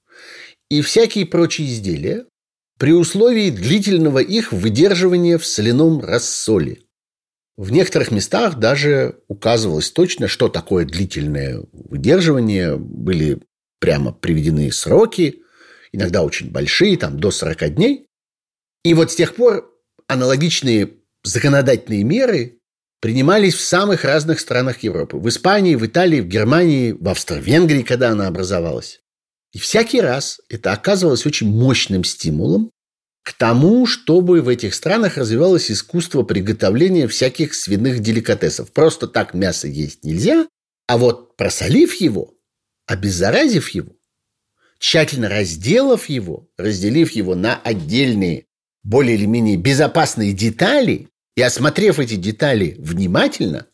и всякие прочие изделия при условии длительного их выдерживания в соляном рассоле. В некоторых местах даже указывалось точно, что такое длительное выдерживание. Были прямо приведены сроки, иногда очень большие, там до сорока дней. И вот с тех пор аналогичные законодательные меры принимались в самых разных странах Европы. В Испании, в Италии, в Германии, в Австро-Венгрии, когда она образовалась. И всякий раз это оказывалось очень мощным стимулом к тому, чтобы в этих странах развивалось искусство приготовления всяких свиных деликатесов. Просто так мясо есть нельзя, а вот просолив его, обеззаразив его, тщательно разделав его, разделив его на отдельные, более или менее безопасные детали и осмотрев эти детали внимательно,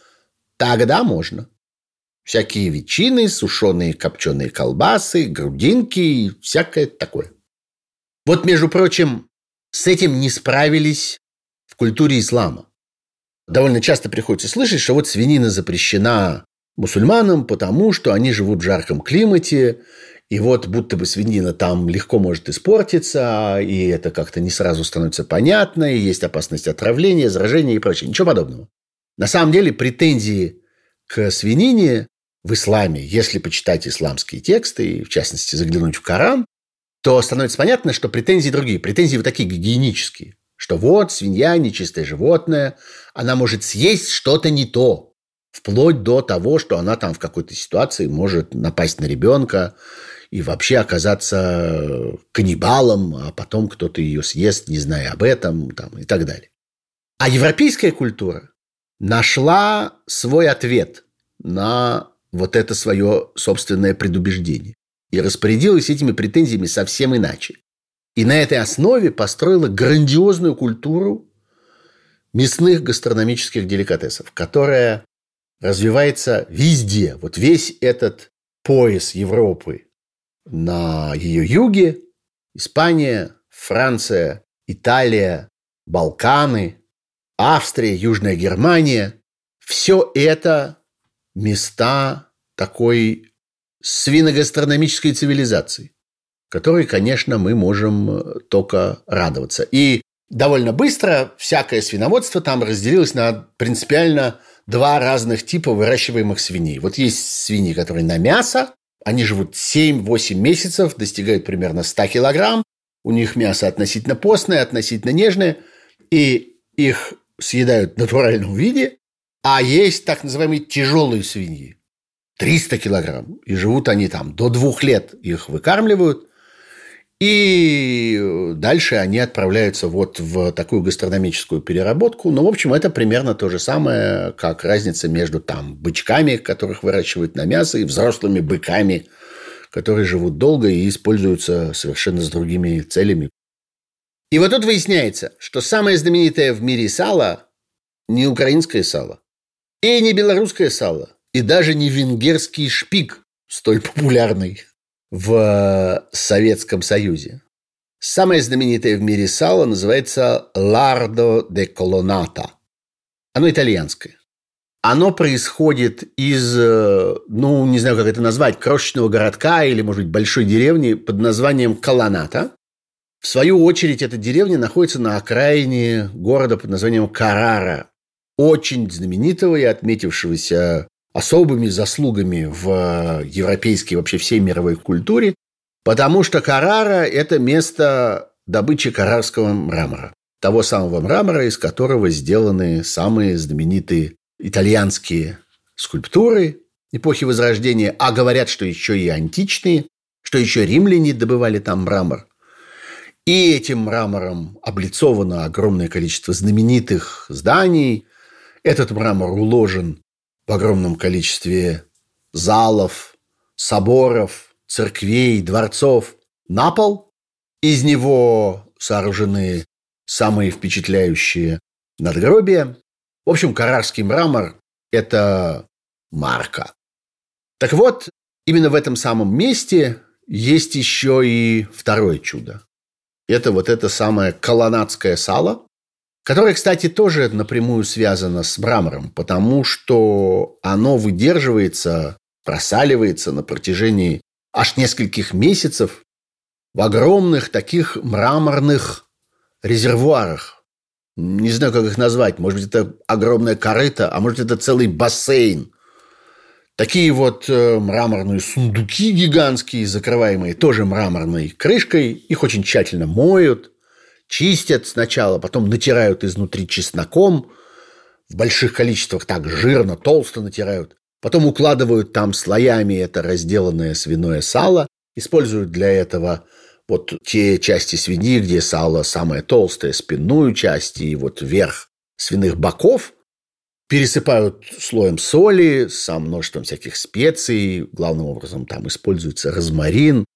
тогда можно. Всякие ветчины, сушеные копченые колбасы, грудинки и всякое такое. Вот, между прочим, с этим не справились в культуре ислама. Довольно часто приходится слышать, что вот свинина запрещена мусульманам, потому что они живут в жарком климате, и вот будто бы свинина там легко может испортиться, и это как-то не сразу становится понятно, и есть опасность отравления, заражения и прочее. Ничего подобного. На самом деле претензии к свинине в исламе, если почитать исламские тексты, и в частности заглянуть в Коран, то становится понятно, что претензии другие. Претензии вот такие гигиенические. Что вот свинья нечистое животное, она может съесть что-то не то. Вплоть до того, что она там в какой-то ситуации может напасть на ребенка и вообще оказаться каннибалом, а потом кто-то ее съест, не зная об этом, там, и так далее. А европейская культура нашла свой ответ на вот это свое собственное предубеждение и распорядилась этими претензиями совсем иначе. И на этой основе построила грандиозную культуру мясных гастрономических деликатесов, которая развивается везде. Вот весь этот пояс Европы на ее юге – Испания, Франция, Италия, Балканы, Австрия, Южная Германия – все это места такой свиногастрономической цивилизации, которой, конечно, мы можем только радоваться. И довольно быстро всякое свиноводство там разделилось на принципиально два разных типа выращиваемых свиней. Вот есть свиньи, которые на мясо, они живут семь-восемь месяцев, достигают примерно сто килограмм, у них мясо относительно постное, относительно нежное, и их съедают в натуральном виде, а есть так называемые тяжелые свиньи, триста килограмм, и живут они там до двух лет, их выкармливают, и дальше они отправляются вот в такую гастрономическую переработку. Ну, в общем, это примерно то же самое, как разница между там бычками, которых выращивают на мясо, и взрослыми быками, которые живут долго и используются совершенно с другими целями. И вот тут выясняется, что самое знаменитое в мире сало не украинское сало, и не белорусское сало, и даже не венгерский шпик, столь популярный в Советском Союзе. Самое знаменитое в мире сало называется «Lardo de Colonnata». Оно итальянское. Оно происходит из, ну, не знаю, как это назвать, крошечного городка или, может быть, большой деревни под названием Колоната. В свою очередь, эта деревня находится на окраине города под названием Каррара, очень знаменитого и отметившегося особыми заслугами в европейской, вообще всей мировой культуре, потому что Каррара – это место добычи каррарского мрамора, того самого мрамора, из которого сделаны самые знаменитые итальянские скульптуры эпохи Возрождения, а говорят, что еще и античные, что еще римляне добывали там мрамор. И этим мрамором облицовано огромное количество знаменитых зданий. Этот мрамор уложен в огромном количестве залов, соборов, церквей, дворцов на пол. Из него сооружены самые впечатляющие надгробия. В общем, каррарский мрамор – это марка. Так вот, именно в этом самом месте есть еще и второе чудо. Это вот это самое колоннадское сало, которое, кстати, тоже напрямую связано с мрамором, потому что оно выдерживается, просаливается на протяжении аж нескольких месяцев в огромных таких мраморных резервуарах. Не знаю, как их назвать. Может быть, это огромная корыто, а может, это целый бассейн. Такие вот мраморные сундуки гигантские, закрываемые тоже мраморной крышкой. Их очень тщательно моют, чистят сначала, потом натирают изнутри чесноком. В больших количествах так жирно, толсто натирают. Потом укладывают там слоями это разделанное свиное сало. Используют для этого вот те части свиньи, где сало самое толстое, спинную часть и вот верх свиных боков. Пересыпают слоем соли со множеством всяких специй. Главным образом там используется розмарин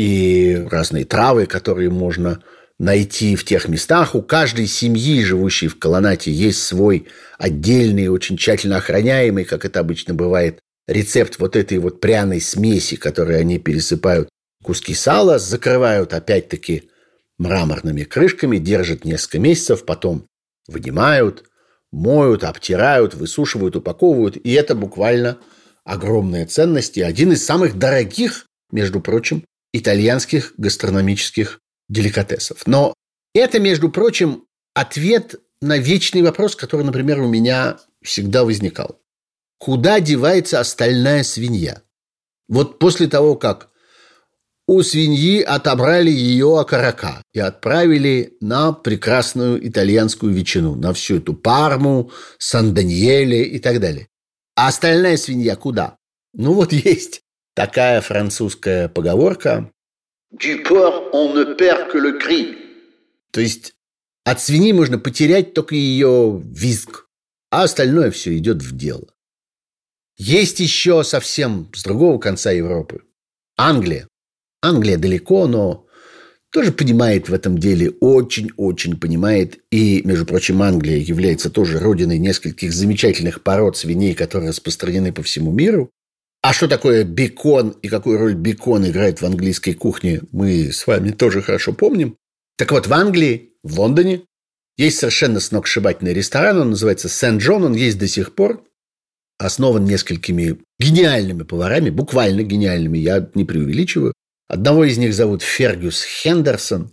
и разные травы, которые можно найти в тех местах. У каждой семьи, живущей в Колоннате, есть свой отдельный, очень тщательно охраняемый, как это обычно бывает, рецепт вот этой вот пряной смеси, которой они пересыпают куски сала, закрывают опять-таки мраморными крышками, держат несколько месяцев, потом вынимают, моют, обтирают, высушивают, упаковывают. И это буквально огромная ценность и один из самых дорогих, между прочим, итальянских гастрономических деликатесов. Но это, между прочим, ответ на вечный вопрос, который, например, у меня всегда возникал. Куда девается остальная свинья? Вот после того, как у свиньи отобрали ее окорока и отправили на прекрасную итальянскую ветчину, на всю эту Парму, Сан-Даниэле и так далее. А остальная свинья куда? Ну вот есть такая французская поговорка «Du porc on ne perd que le cri». То есть от свиньи можно потерять только ее визг, а остальное все идет в дело. Есть еще совсем с другого конца Европы Англия. Англия далеко, но тоже понимает в этом деле, очень-очень понимает. И, между прочим, Англия является тоже родиной нескольких замечательных пород свиней, которые распространены по всему миру. А что такое бекон и какую роль бекон играет в английской кухне, мы с вами тоже хорошо помним. Так вот, в Англии, в Лондоне, есть совершенно сногсшибательный ресторан, он называется Сент-Джон, он есть до сих пор, основан несколькими гениальными поварами, буквально гениальными, я не преувеличиваю. Одного из них зовут Фергюс Хендерсон.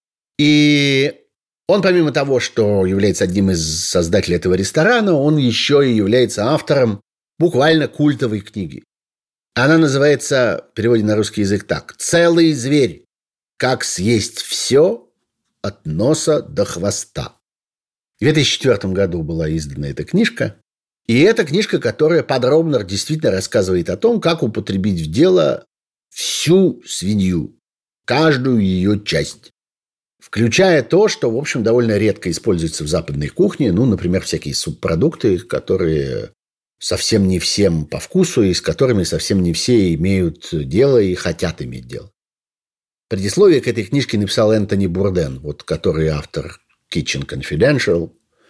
И он, помимо того, что является одним из создателей этого ресторана, он еще и является автором буквально культовой книги. Она называется, в переводе на русский язык так: «Целый зверь. Как съесть все от носа до хвоста». В две тысячи четвёртом году была издана эта книжка. И это книжка, которая подробно действительно рассказывает о том, как употребить в дело всю свинью, каждую ее часть, включая то, что, в общем, довольно редко используется в западной кухне, ну, например, всякие субпродукты, которые совсем не всем по вкусу и с которыми совсем не все имеют дело и хотят иметь дело. Предисловие к этой книжке написал Энтони Бурден, вот, который автор Kitchen Confidential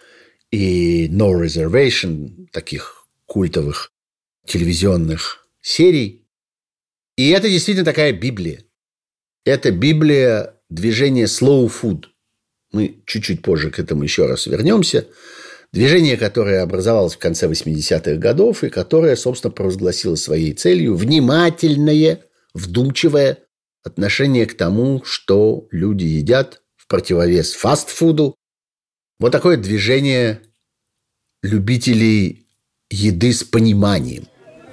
и No Reservation, таких культовых телевизионных серий. И это действительно такая Библия. Это Библия движения slow food. Мы чуть-чуть позже к этому еще раз вернемся. Движение, которое образовалось в конце восьмидесятых годов и которое, собственно, провозгласило своей целью внимательное, вдумчивое отношение к тому, что люди едят в противовес фастфуду. Вот такое движение любителей еды с пониманием.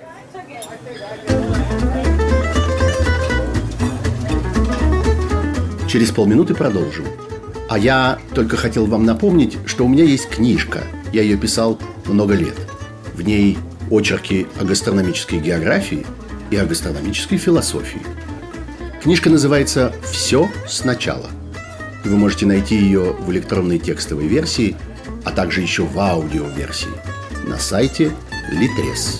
Через полминуты продолжим. А я только хотел вам напомнить, что у меня есть книжка. Я ее писал много лет. В ней очерки о гастрономической географии и о гастрономической философии. Книжка называется «Все сначала». Вы можете найти ее в электронной текстовой версии, а также еще в аудиоверсии на сайте Литрес.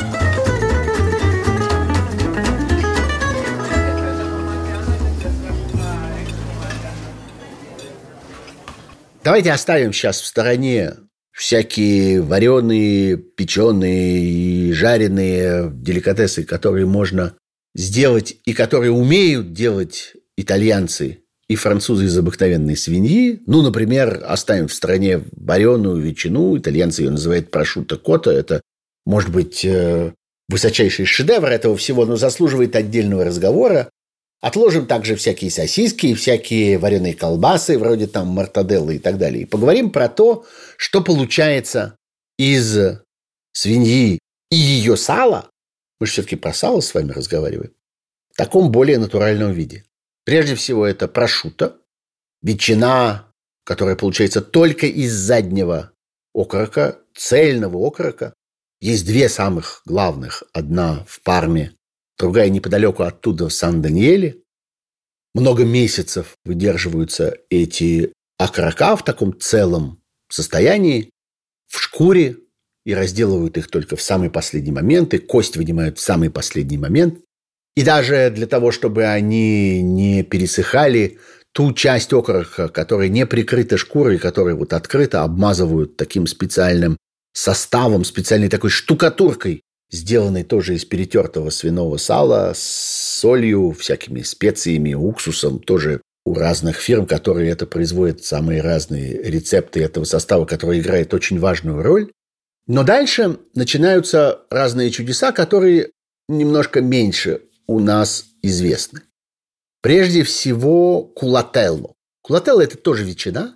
Давайте оставим сейчас в стороне всякие вареные, печеные и жареные деликатесы, которые можно сделать и которые умеют делать итальянцы и французы из обыкновенной свиньи. Ну, например, оставим в стороне вареную ветчину. Итальянцы ее называют прошутто котто. Это, может быть, высочайший шедевр этого всего, но заслуживает отдельного разговора. Отложим также всякие сосиски и всякие вареные колбасы, вроде там мортаделлы и так далее. И поговорим про то, что получается из свиньи и ее сала. Мы же все-таки про сало с вами разговариваем. В таком более натуральном виде. Прежде всего, это прошутто, ветчина, которая получается только из заднего окорока, цельного окорока. Есть две самых главных. Одна в Парме, другая неподалеку оттуда, в Сан-Даниэле. Много месяцев выдерживаются эти окорока в таком целом состоянии, в шкуре, и разделывают их только в самый последний момент, и кость вынимают в самый последний момент. И даже для того, чтобы они не пересыхали, ту часть окорока, которая не прикрыта шкурой, которая вот открыта, обмазывают таким специальным составом, специальной такой штукатуркой, сделанной тоже из перетертого свиного сала, с солью, всякими специями, уксусом, тоже у разных фирм, которые это производят, самые разные рецепты этого состава, который играет очень важную роль. Но дальше начинаются разные чудеса, которые немножко меньше у нас известны. Прежде всего, кулателло. Кулателло – это тоже ветчина,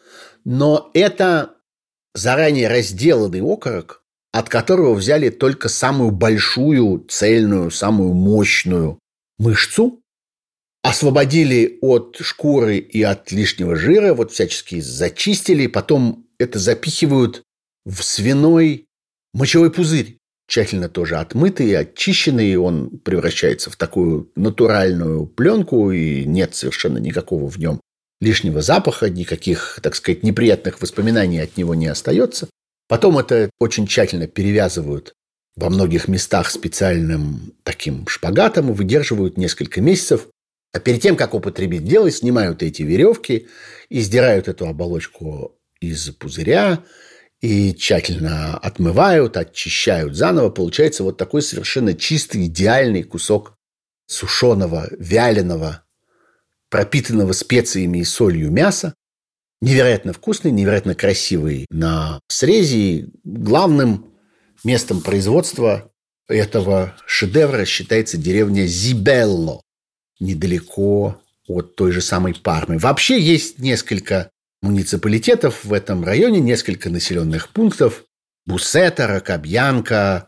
но это заранее разделанный окорок, от которого взяли только самую большую, цельную, самую мощную мышцу, освободили от шкуры и от лишнего жира, вот всячески зачистили, потом это запихивают в свиной мочевой пузырь, тщательно тоже отмытый, очищенный, он превращается в такую натуральную пленку, и нет совершенно никакого в нем лишнего запаха, никаких, так сказать, неприятных воспоминаний от него не остается. Потом это очень тщательно перевязывают во многих местах специальным таким шпагатом и выдерживают несколько месяцев. А перед тем, как употребить дело, снимают эти веревки и сдирают эту оболочку из пузыря, и тщательно отмывают, очищают заново. Получается вот такой совершенно чистый, идеальный кусок сушеного, вяленого, пропитанного специями и солью мяса. Невероятно вкусный, невероятно красивый на срезе. Главным местом производства этого шедевра считается деревня Зибелло, недалеко от той же самой Пармы. Вообще есть несколько муниципалитетов в этом районе, несколько населенных пунктов. Буссета, Рокабьянка,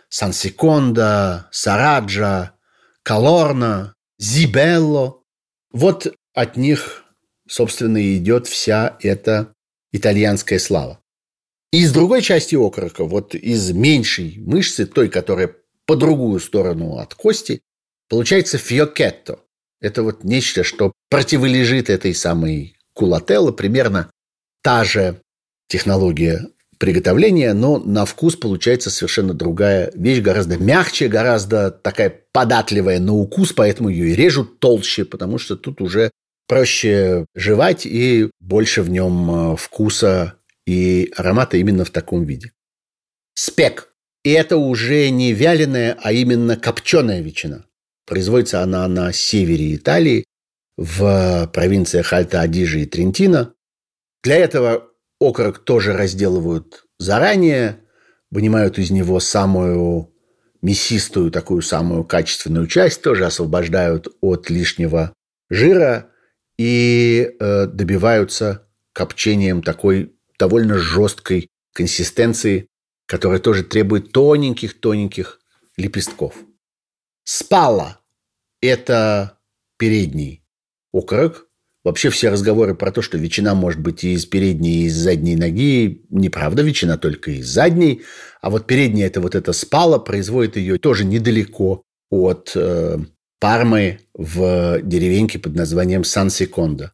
Сан-Секондо, Сараджа, Калорно, Зибелло. Вот от них, собственно, и идет вся эта итальянская слава. И с другой части окорока, вот из меньшей мышцы, той, которая по другую сторону от кости, получается фьокетто. Это вот нечто, что противолежит этой самой кулателло, примерно та же технология приготовления, но на вкус получается совершенно другая вещь, гораздо мягче, гораздо такая податливая на укус, поэтому ее и режут толще, потому что тут уже проще жевать и больше в нем вкуса и аромата именно в таком виде. Спек. И это уже не вяленая, а именно копченая ветчина. Производится она на севере Италии, в провинциях Альто-Адидже и Трентино. Для этого окорок тоже разделывают заранее, вынимают из него самую мясистую, такую самую качественную часть, тоже освобождают от лишнего жира и э, добиваются копчением такой довольно жесткой консистенции, которая тоже требует тоненьких-тоненьких лепестков. Спалла – это передний окорок. Вообще все разговоры про то, что ветчина может быть и из передней, и из задней ноги, неправда, ветчина только из задней. А вот передняя – это вот эта спалла, производит ее тоже недалеко от э, Пармы в деревеньке под названием Сан-Секондо.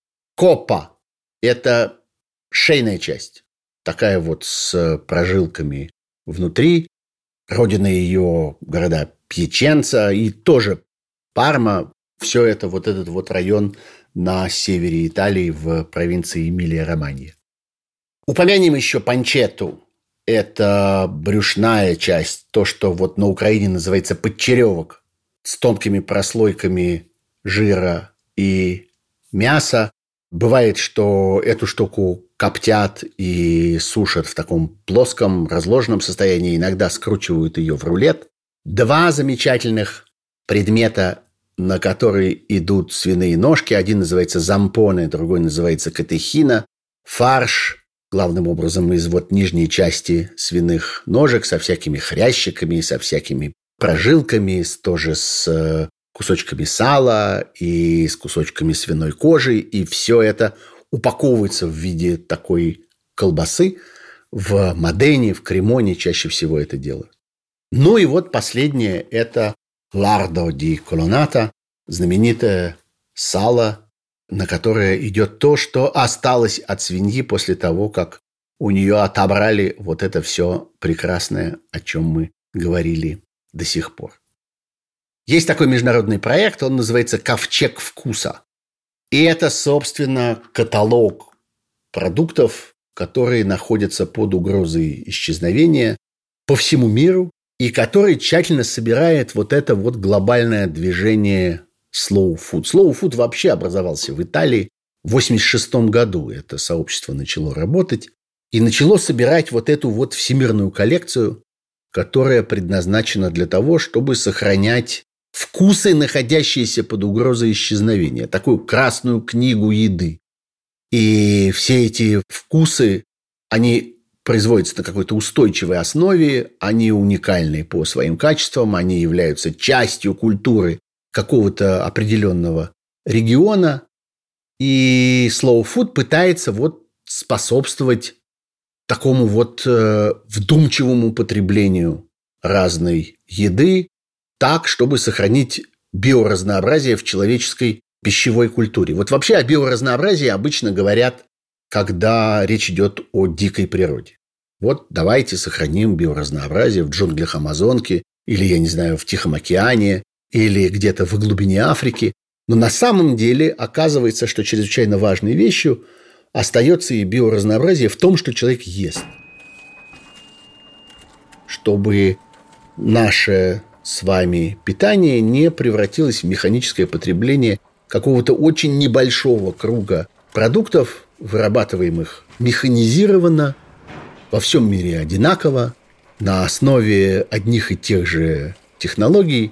Коппа – это шейная часть, такая вот с прожилками внутри. Родина ее города Пьяченца и тоже Парма. Все это, вот этот вот район на севере Италии в провинции Эмилия-Романья. Упомянем еще панчетту. Это брюшная часть, то, что вот на Украине называется подчеревок, с тонкими прослойками жира и мяса. Бывает, что эту штуку коптят и сушат в таком плоском, разложенном состоянии. Иногда скручивают ее в рулет. Два замечательных предмета, на которые идут свиные ножки. Один называется зампоне, другой называется катехина. Фарш, главным образом, из вот нижней части свиных ножек со всякими хрящиками, со всякими прожилками, тоже с кусочками сала и с кусочками свиной кожи. И все это упаковывается в виде такой колбасы. В Модене, в Кремоне чаще всего это делают. Ну и вот последнее – это лардо ди колоната, знаменитое сало, на которое идет то, что осталось от свиньи после того, как у нее отобрали вот это все прекрасное, о чем мы говорили до сих пор. Есть такой международный проект, он называется «Ковчег вкуса». И это, собственно, каталог продуктов, которые находятся под угрозой исчезновения по всему миру, и который тщательно собирает вот это вот глобальное движение Slow Food. Slow Food вообще образовался в Италии в восемьдесят шестом году. Это сообщество начало работать и начало собирать вот эту вот всемирную коллекцию, которая предназначена для того, чтобы сохранять вкусы, находящиеся под угрозой исчезновения. Такую красную книгу еды. И все эти вкусы, они производятся на какой-то устойчивой основе, они уникальны по своим качествам, они являются частью культуры какого-то определенного региона. И Slow Food пытается вот способствовать такому вот э, вдумчивому потреблению разной еды, так, чтобы сохранить биоразнообразие в человеческой пищевой культуре. Вот вообще о биоразнообразии обычно говорят, когда речь идет о дикой природе. Вот давайте сохраним биоразнообразие в джунглях Амазонки или, я не знаю, в Тихом океане или где-то в глубине Африки. Но на самом деле оказывается, что чрезвычайно важной вещью остается и биоразнообразие в том, что человек ест. Чтобы наше с вами питание не превратилось в механическое потребление какого-то очень небольшого круга продуктов, вырабатываемых механизированно, во всем мире одинаково, на основе одних и тех же технологий,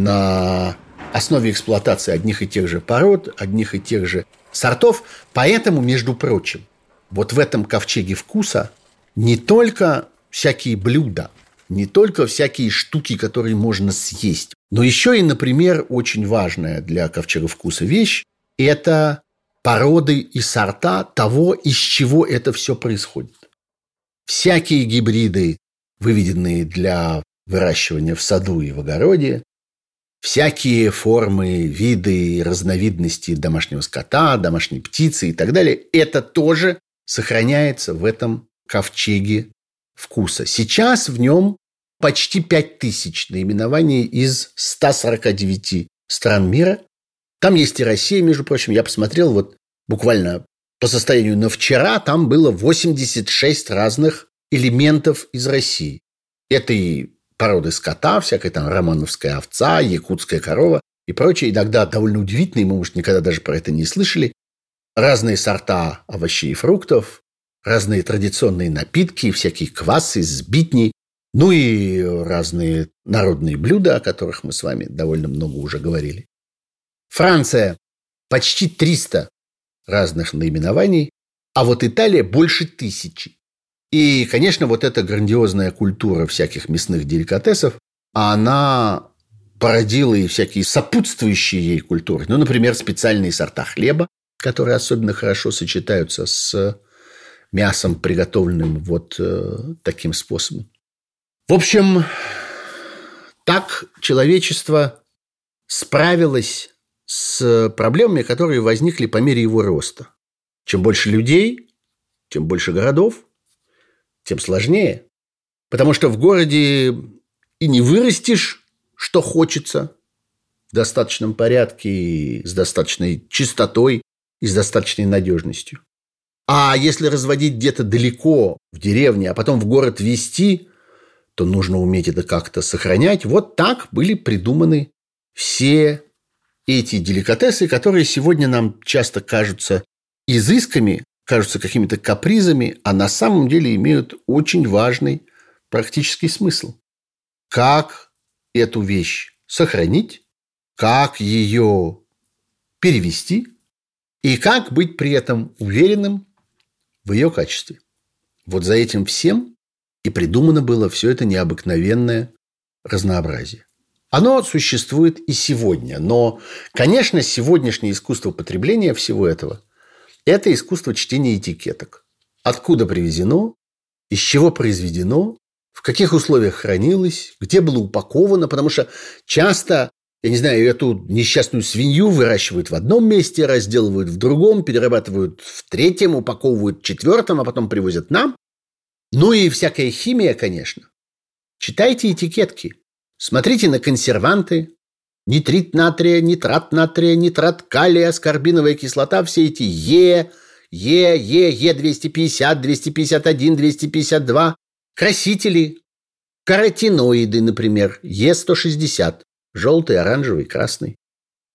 на основе эксплуатации одних и тех же пород, одних и тех же сортов. Поэтому, между прочим, вот в этом ковчеге вкуса не только всякие блюда, не только всякие штуки, которые можно съесть, но еще и, например, очень важная для ковчега вкуса вещь – это породы и сорта того, из чего это все происходит. Всякие гибриды, выведенные для выращивания в саду и в огороде, всякие формы, виды и разновидности домашнего скота, домашней птицы и так далее – это тоже сохраняется в этом ковчеге вкуса. Сейчас в нем почти пять тысяч наименований из ста сорока девяти стран мира. Там есть и Россия, между прочим. Я посмотрел вот буквально по состоянию на вчера, там было восемьдесят шесть разных элементов из России. Это и породы скота, всякая там романовская овца, якутская корова и прочее. Иногда довольно удивительные, мы, может, никогда даже про это не слышали. Разные сорта овощей и фруктов, разные традиционные напитки, всякие квасы, сбитни, ну и разные народные блюда, о которых мы с вами довольно много уже говорили. Франция – почти триста разных наименований, а вот Италия – больше тысячи. И, конечно, вот эта грандиозная культура всяких мясных деликатесов, она породила и всякие сопутствующие ей культуры. Ну, например, специальные сорта хлеба, которые особенно хорошо сочетаются с мясом, приготовленным вот э, таким способом. В общем, так человечество справилось с проблемами, которые возникли по мере его роста. Чем больше людей, тем больше городов, тем сложнее. Потому что в городе и не вырастешь, что хочется, в достаточном порядке, и с достаточной чистотой, и с достаточной надежностью. А если разводить где-то далеко, в деревне, а потом в город везти, то нужно уметь это как-то сохранять. Вот так были придуманы все эти деликатесы, которые сегодня нам часто кажутся изысками, кажутся какими-то капризами, а на самом деле имеют очень важный практический смысл. Как эту вещь сохранить, как ее перевести и как быть при этом уверенным в ее качестве. Вот за этим всем и придумано было все это необыкновенное разнообразие. Оно существует и сегодня. Но, конечно, сегодняшнее искусство потребления всего этого – это искусство чтения этикеток. Откуда привезено, из чего произведено, в каких условиях хранилось, где было упаковано. Потому что часто, я не знаю, эту несчастную свинью выращивают в одном месте, разделывают в другом, перерабатывают в третьем, упаковывают в четвертом, а потом привозят нам. Ну и всякая химия, конечно. Читайте этикетки. Смотрите на консерванты. Нитрит натрия, нитрат натрия, нитрат калия, аскорбиновая кислота. Все эти Е, Е, Е, Е двести пятьдесят, двести пятьдесят один, двести пятьдесят два. Красители. Каротиноиды, например. Е сто шестьдесят. Желтый, оранжевый, красный.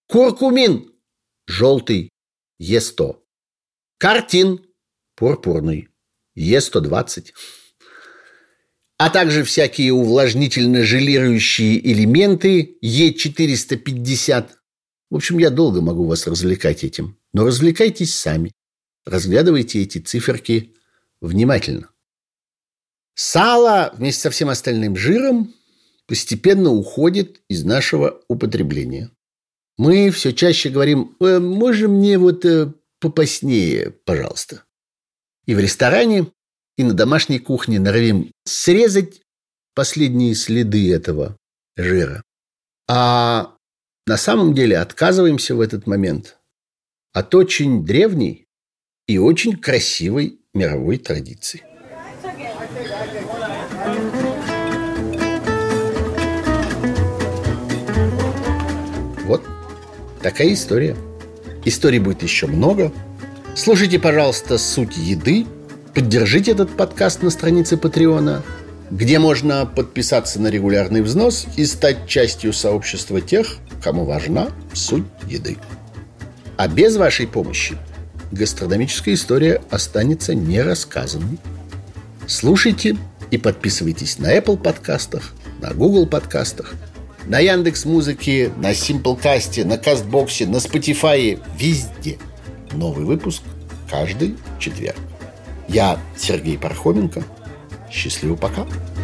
Куркумин – желтый, Е сто. Картин – пурпурный, Е сто двадцать. А также всякие увлажнительно-желирующие элементы Е четыреста пятьдесят. В общем, я долго могу вас развлекать этим, но развлекайтесь сами. Разглядывайте эти циферки внимательно. Сало вместе со всем остальным жиром постепенно уходит из нашего употребления. Мы все чаще говорим: э, «Можно мне вот э, попоснее, пожалуйста?» И в ресторане, и на домашней кухне норовим срезать последние следы этого жира. А на самом деле отказываемся в этот момент от очень древней и очень красивой мировой традиции. Вот такая история. Историй будет еще много. Слушайте, пожалуйста, «Суть еды». Поддержите этот подкаст на странице Патреона, где можно подписаться на регулярный взнос и стать частью сообщества тех, кому важна суть еды. А без вашей помощи гастрономическая история останется нерассказанной. Слушайте и подписывайтесь на Apple подкастах, на Google подкастах, на Яндекс.Музыке, на Simplecast, на Кастбоксе, на Spotify, везде. Новый выпуск каждый четверг. Я Сергей Пархоменко. Счастливо, пока.